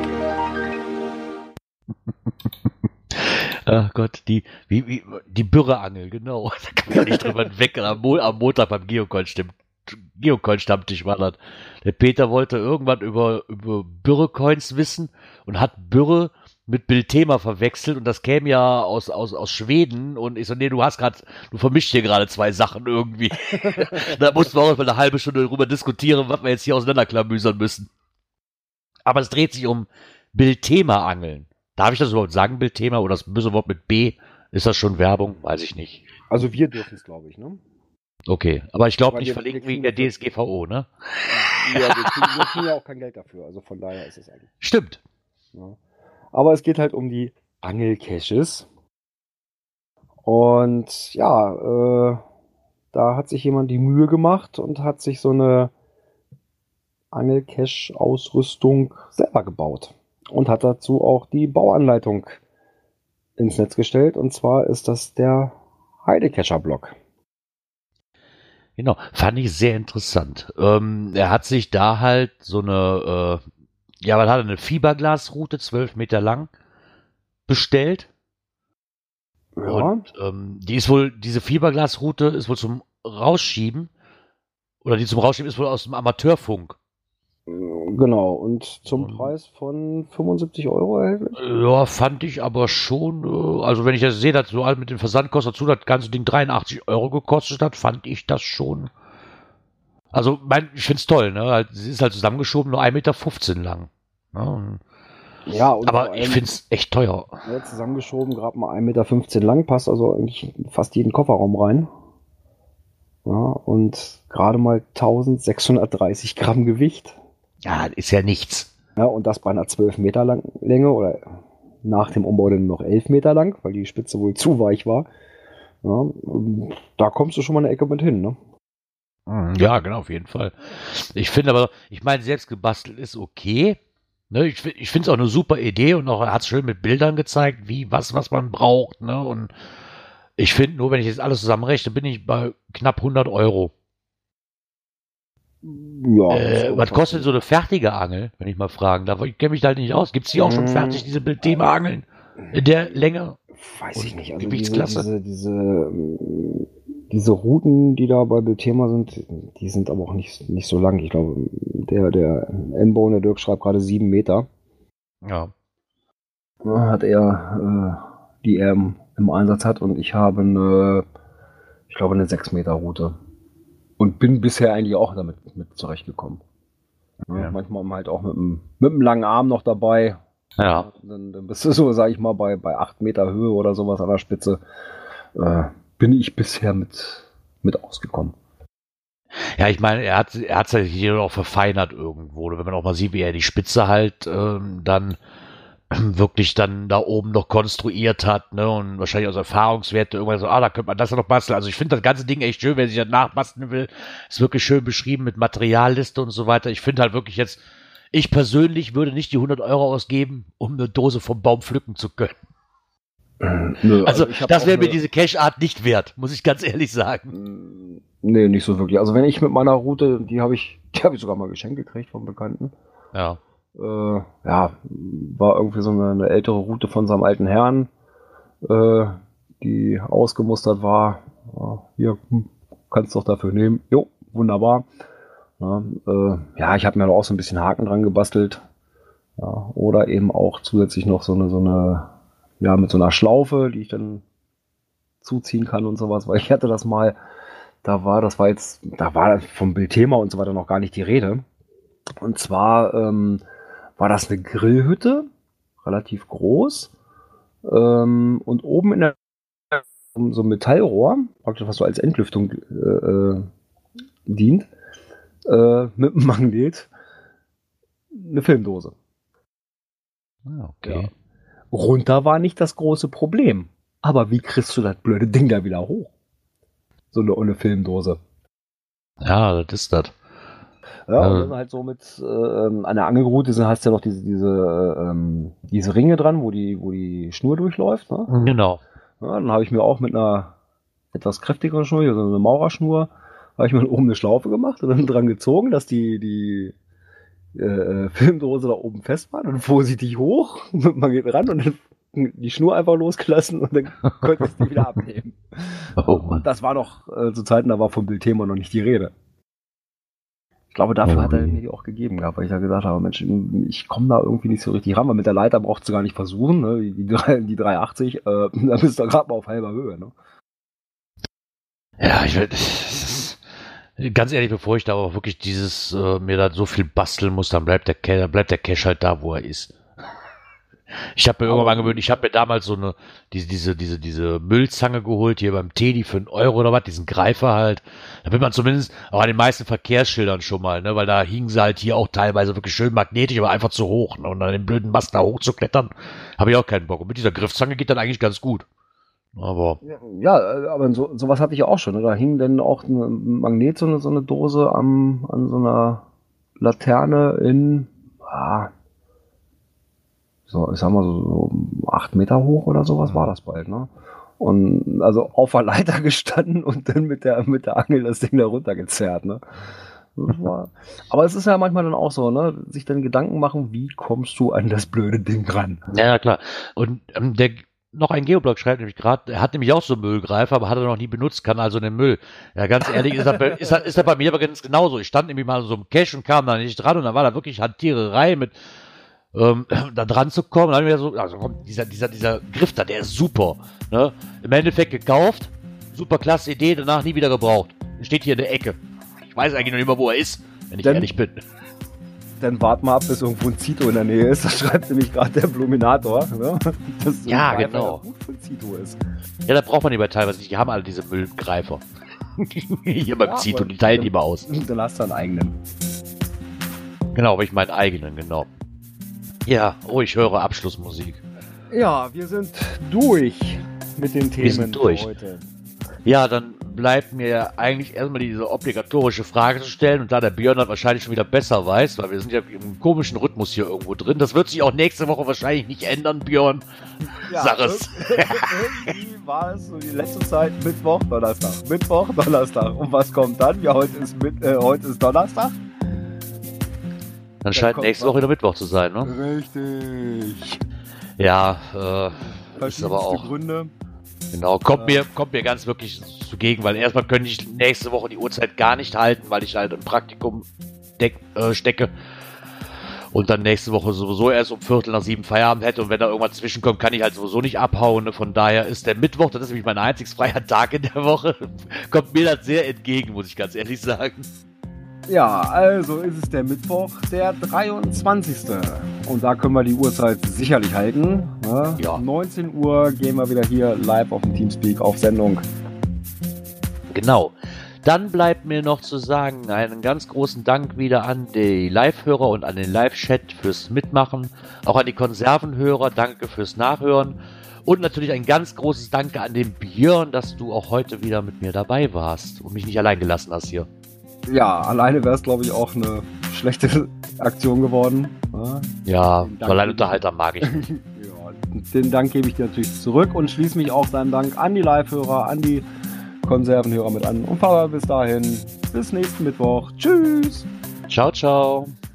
[SPEAKER 2] Ach Gott, die Bürreangel, genau. Da kann man nicht drüber hinweg. Am Montag beim Geocoin-Stammtisch war das. Der Peter wollte irgendwann über Bürre-Coins wissen und hat Bürre mit Bildthema verwechselt und das käme ja aus Schweden und ich so, nee, du vermischst hier gerade zwei Sachen irgendwie. Da mussten wir auch mal eine halbe Stunde darüber diskutieren, was wir jetzt hier auseinanderklamüsern müssen. Aber es dreht sich um Bildthema-Angeln. Darf ich das überhaupt sagen, Bildthema, oder das böse Wort mit B? Ist das schon Werbung? Weiß ich nicht.
[SPEAKER 3] Also wir dürfen es, glaube ich, ne?
[SPEAKER 2] Okay, aber ich glaube
[SPEAKER 3] Weil
[SPEAKER 2] nicht
[SPEAKER 3] wir
[SPEAKER 2] verlinken
[SPEAKER 3] kriegen
[SPEAKER 2] wegen der DSGVO, ne?
[SPEAKER 3] Ja, wir kriegen ja auch kein Geld dafür, also von daher ist es eigentlich.
[SPEAKER 2] Stimmt.
[SPEAKER 3] Ja. Aber es geht halt um die Angelcaches. Und ja, da hat sich jemand die Mühe gemacht und hat sich so eine Angelcache-Ausrüstung selber gebaut. Und hat dazu auch die Bauanleitung ins Netz gestellt. Und zwar ist das der Heidecacher-Blog.
[SPEAKER 2] Genau, fand ich sehr interessant. Er hat sich da halt so eine, man hat eine Fiberglasroute, 12 Meter lang, bestellt.
[SPEAKER 3] Ja.
[SPEAKER 2] Und diese Fiberglasroute ist wohl zum Rausschieben, oder die zum Rausschieben ist wohl aus dem Amateurfunk.
[SPEAKER 3] Genau, und zum Preis von 75 € erhältlich?
[SPEAKER 2] Ja, fand ich aber schon, also wenn ich das sehe, dass so alt mit den Versandkosten dazu das ganze Ding 83 € gekostet hat, fand ich das schon. Also, ich finde es toll, ne? Sie ist halt zusammengeschoben, nur 1,15 Meter lang. Ne?
[SPEAKER 3] Ja, und
[SPEAKER 2] aber ich finde es echt teuer.
[SPEAKER 3] Ja, zusammengeschoben, gerade mal 1,15 Meter lang, passt also eigentlich fast jeden Kofferraum rein. Ja, und gerade mal 1630 Gramm Gewicht.
[SPEAKER 2] Ja, ist ja nichts.
[SPEAKER 3] Ja, und das bei einer 12 Meter lang Länge oder nach dem Umbau dann noch 11 Meter lang, weil die Spitze wohl zu weich war. Ja, da kommst du schon mal eine Ecke mit hin, ne?
[SPEAKER 2] Ja, genau, auf jeden Fall. Ich finde aber, selbst gebastelt ist okay. Ne, ich finde es auch eine super Idee und auch er hat es schön mit Bildern gezeigt, was man braucht. Ne? Und ich finde, nur wenn ich jetzt alles zusammenrechne, bin ich bei knapp 100 €. Ja, was kostet so eine fertige Angel, wenn ich mal fragen darf? Ich kenne mich da halt nicht aus. Gibt es die auch schon fertig, diese Bildthema-Angeln? In der Länge?
[SPEAKER 3] Weiß ich nicht. Also
[SPEAKER 2] Gewichtsklasse?
[SPEAKER 3] Diese Routen, die da bei Bildthema sind, die sind aber auch nicht so lang. Ich glaube, der M-Bone, der Dirk schreibt gerade 7 Meter.
[SPEAKER 2] Ja.
[SPEAKER 3] Hat er, die er im Einsatz hat, und ich habe eine 6 Meter Route. Und bin bisher eigentlich auch damit mit zurechtgekommen. Ja. Manchmal halt auch mit einem langen Arm noch dabei.
[SPEAKER 2] Ja.
[SPEAKER 3] Dann bist du so, sag ich mal, bei 8 Meter Höhe oder sowas an der Spitze. Bin ich bisher mit ausgekommen.
[SPEAKER 2] Ja, ich meine, er hat's halt hier auch verfeinert irgendwo. Wenn man auch mal sieht, wie er die Spitze halt dann wirklich dann da oben noch konstruiert hat, ne, und wahrscheinlich aus Erfahrungswerte irgendwann so, da könnte man das ja noch basteln. Also ich finde das ganze Ding echt schön, wer sich das nachbasteln will, ist wirklich schön beschrieben mit Materialliste und so weiter. Ich finde halt wirklich jetzt, ich persönlich würde nicht die 100 € ausgeben, um eine Dose vom Baum pflücken zu können.
[SPEAKER 3] Nö,
[SPEAKER 2] Also das wäre mir
[SPEAKER 3] eine-
[SPEAKER 2] diese Cache-Art nicht wert, muss ich ganz ehrlich sagen.
[SPEAKER 3] Nee, nicht so wirklich. Also wenn ich mit meiner Route, die habe ich sogar mal geschenkt gekriegt vom Bekannten.
[SPEAKER 2] Ja.
[SPEAKER 3] Ja, war irgendwie so eine ältere Route von seinem alten Herrn, die ausgemustert war. Ja, hier, kannst doch dafür nehmen. Jo, wunderbar. Ja, ich habe mir auch so ein bisschen Haken dran gebastelt. Ja, oder eben auch zusätzlich noch so eine, ja, mit so einer Schlaufe, die ich dann zuziehen kann und sowas, weil ich hatte das mal, da war vom Bildthema und so weiter noch gar nicht die Rede. Und zwar war das eine Grillhütte, relativ groß, und oben in der so ein Metallrohr, praktisch was so als Entlüftung dient, mit einem Magnet, eine Filmdose.
[SPEAKER 2] Ah, okay.
[SPEAKER 3] Ja. Runter war nicht das große Problem. Aber wie kriegst du das blöde Ding da wieder hoch? So eine Filmdose.
[SPEAKER 2] Ja, das ist das.
[SPEAKER 3] Ja, und dann halt so mit an der Angelroute hast du ja noch diese Ringe dran, wo die Schnur durchläuft. Ne?
[SPEAKER 2] Genau.
[SPEAKER 3] Ja, dann habe ich mir auch mit einer etwas kräftigeren Schnur, also eine Maurerschnur, habe ich mir oben eine Schlaufe gemacht und dann dran gezogen, dass die Filmdose da oben fest war. Dann vorsichtig hoch, man geht ran und dann die Schnur einfach losgelassen und dann konnte ich die wieder abnehmen.
[SPEAKER 2] Oh Mann.
[SPEAKER 3] Das war noch zu Zeiten, da war vom Bildthema noch nicht die Rede. Ich glaube, dafür hat er mir die auch gegeben gehabt, weil ich da gesagt habe, Mensch, ich komme da irgendwie nicht so richtig ran, weil mit der Leiter braucht du gar nicht versuchen, ne? Die 380, da bist du gerade mal auf halber Höhe. Ne?
[SPEAKER 2] Ja, ganz ehrlich, bevor ich da aber wirklich mir da so viel basteln muss, dann bleibt der Cache halt da, wo er ist. Ich habe mir irgendwann angewöhnt, ich habe mir damals so diese Müllzange geholt, hier beim Teddy für 1 Euro oder was, diesen Greifer halt. Da wird man zumindest auch an den meisten Verkehrsschildern schon mal, ne, weil da hingen sie halt hier auch teilweise wirklich schön magnetisch, aber einfach zu hoch. Ne, und an den blöden Mast da hochzuklettern, habe ich auch keinen Bock. Und mit dieser Griffzange geht dann eigentlich ganz gut. Aber.
[SPEAKER 3] Ja, aber sowas hatte ich auch schon. Ne? Da hing dann auch ein Magnet, so eine Dose an so einer Laterne in, so, ich sag mal so 8 Meter hoch oder sowas war das bald, ne? Und also auf der Leiter gestanden und dann mit der Angel das Ding da runtergezerrt, ne? Aber es ist ja manchmal dann auch so, ne? Sich dann Gedanken machen, wie kommst du an das blöde Ding ran?
[SPEAKER 2] Ja, klar. Und noch ein Geoblog schreibt nämlich gerade, er hat nämlich auch so einen Müllgreifer, aber hat er noch nie benutzt, kann also den Müll. Ja, ganz ehrlich, ist das bei mir aber ganz genauso. Ich stand nämlich mal in so einem Cache und kam da nicht dran und da war da wirklich Hantiererei mit da dran zu kommen. Dann wieder so, also komm, dieser Griff da, der ist super. Ne? Im Endeffekt gekauft, super klasse Idee, danach nie wieder gebraucht. Steht hier in der Ecke. Ich weiß eigentlich noch nicht mal, wo er ist, wenn ich ehrlich bin.
[SPEAKER 3] Dann wart mal ab, bis irgendwo ein Zito in der Nähe ist. Das schreibt nämlich gerade der Bluminator. Ne? Dass
[SPEAKER 2] Ja,
[SPEAKER 3] ein Greifer
[SPEAKER 2] genau.
[SPEAKER 3] gut für ein Zito ist.
[SPEAKER 2] Ja, da braucht man die bei teilweise nicht. Die haben alle diese Müllgreifer. Hier beim Zito, die teilen die mal aus.
[SPEAKER 3] Dann hast du einen eigenen.
[SPEAKER 2] Genau, aber ich meinen eigenen, genau. Ja, oh, ich höre Abschlussmusik.
[SPEAKER 3] Ja, wir sind durch mit den Themen
[SPEAKER 2] sind durch.
[SPEAKER 3] für heute.
[SPEAKER 2] Ja, dann bleibt mir eigentlich erstmal diese obligatorische Frage zu stellen und da der Björn das wahrscheinlich schon wieder besser weiß, weil wir sind ja im komischen Rhythmus hier irgendwo drin. Das wird sich auch nächste Woche wahrscheinlich nicht ändern, Björn.
[SPEAKER 3] Ja,
[SPEAKER 2] Sag es.
[SPEAKER 3] Irgendwie war es so die letzte Zeit Mittwoch, Donnerstag. Mittwoch, Donnerstag. Und was kommt dann? Ja, heute ist Donnerstag.
[SPEAKER 2] Dann scheint
[SPEAKER 3] kommt
[SPEAKER 2] nächste
[SPEAKER 3] was.
[SPEAKER 2] Woche wieder Mittwoch zu sein, ne?
[SPEAKER 3] Richtig.
[SPEAKER 2] Ja, ist aber auch.
[SPEAKER 3] Gründe.
[SPEAKER 2] Genau, kommt mir ganz wirklich zugegen, weil erstmal könnte ich nächste Woche die Uhrzeit gar nicht halten, weil ich halt im Praktikum stecke und dann nächste Woche sowieso erst um 6:45 Feierabend hätte und wenn da irgendwas zwischenkommt, kann ich halt sowieso nicht abhauen. Ne? Von daher ist der Mittwoch, das ist nämlich mein einzig freier Tag in der Woche, kommt mir das sehr entgegen, muss ich ganz ehrlich sagen.
[SPEAKER 3] Ja, also ist es der Mittwoch, der 23. Und da können wir die Uhrzeit sicherlich halten. Ne?
[SPEAKER 2] Ja.
[SPEAKER 3] 19 Uhr gehen wir wieder hier live auf dem Teamspeak auf Sendung.
[SPEAKER 2] Genau. Dann bleibt mir noch zu sagen, einen ganz großen Dank wieder an die Live-Hörer und an den Live-Chat fürs Mitmachen. Auch an die Konservenhörer, danke fürs Nachhören. Und natürlich ein ganz großes Danke an den Björn, dass du auch heute wieder mit mir dabei warst und mich nicht allein gelassen hast hier.
[SPEAKER 3] Ja, alleine wäre es, glaube ich, auch eine schlechte Aktion geworden.
[SPEAKER 2] Ja, so allein Unterhalter mag ich nicht.
[SPEAKER 3] Ja, Den Dank gebe ich dir natürlich zurück und schließe mich auch deinem Dank an die Live-Hörer, an die Konservenhörer mit an. Und Papa, bis dahin, bis nächsten Mittwoch. Tschüss.
[SPEAKER 2] Ciao, ciao.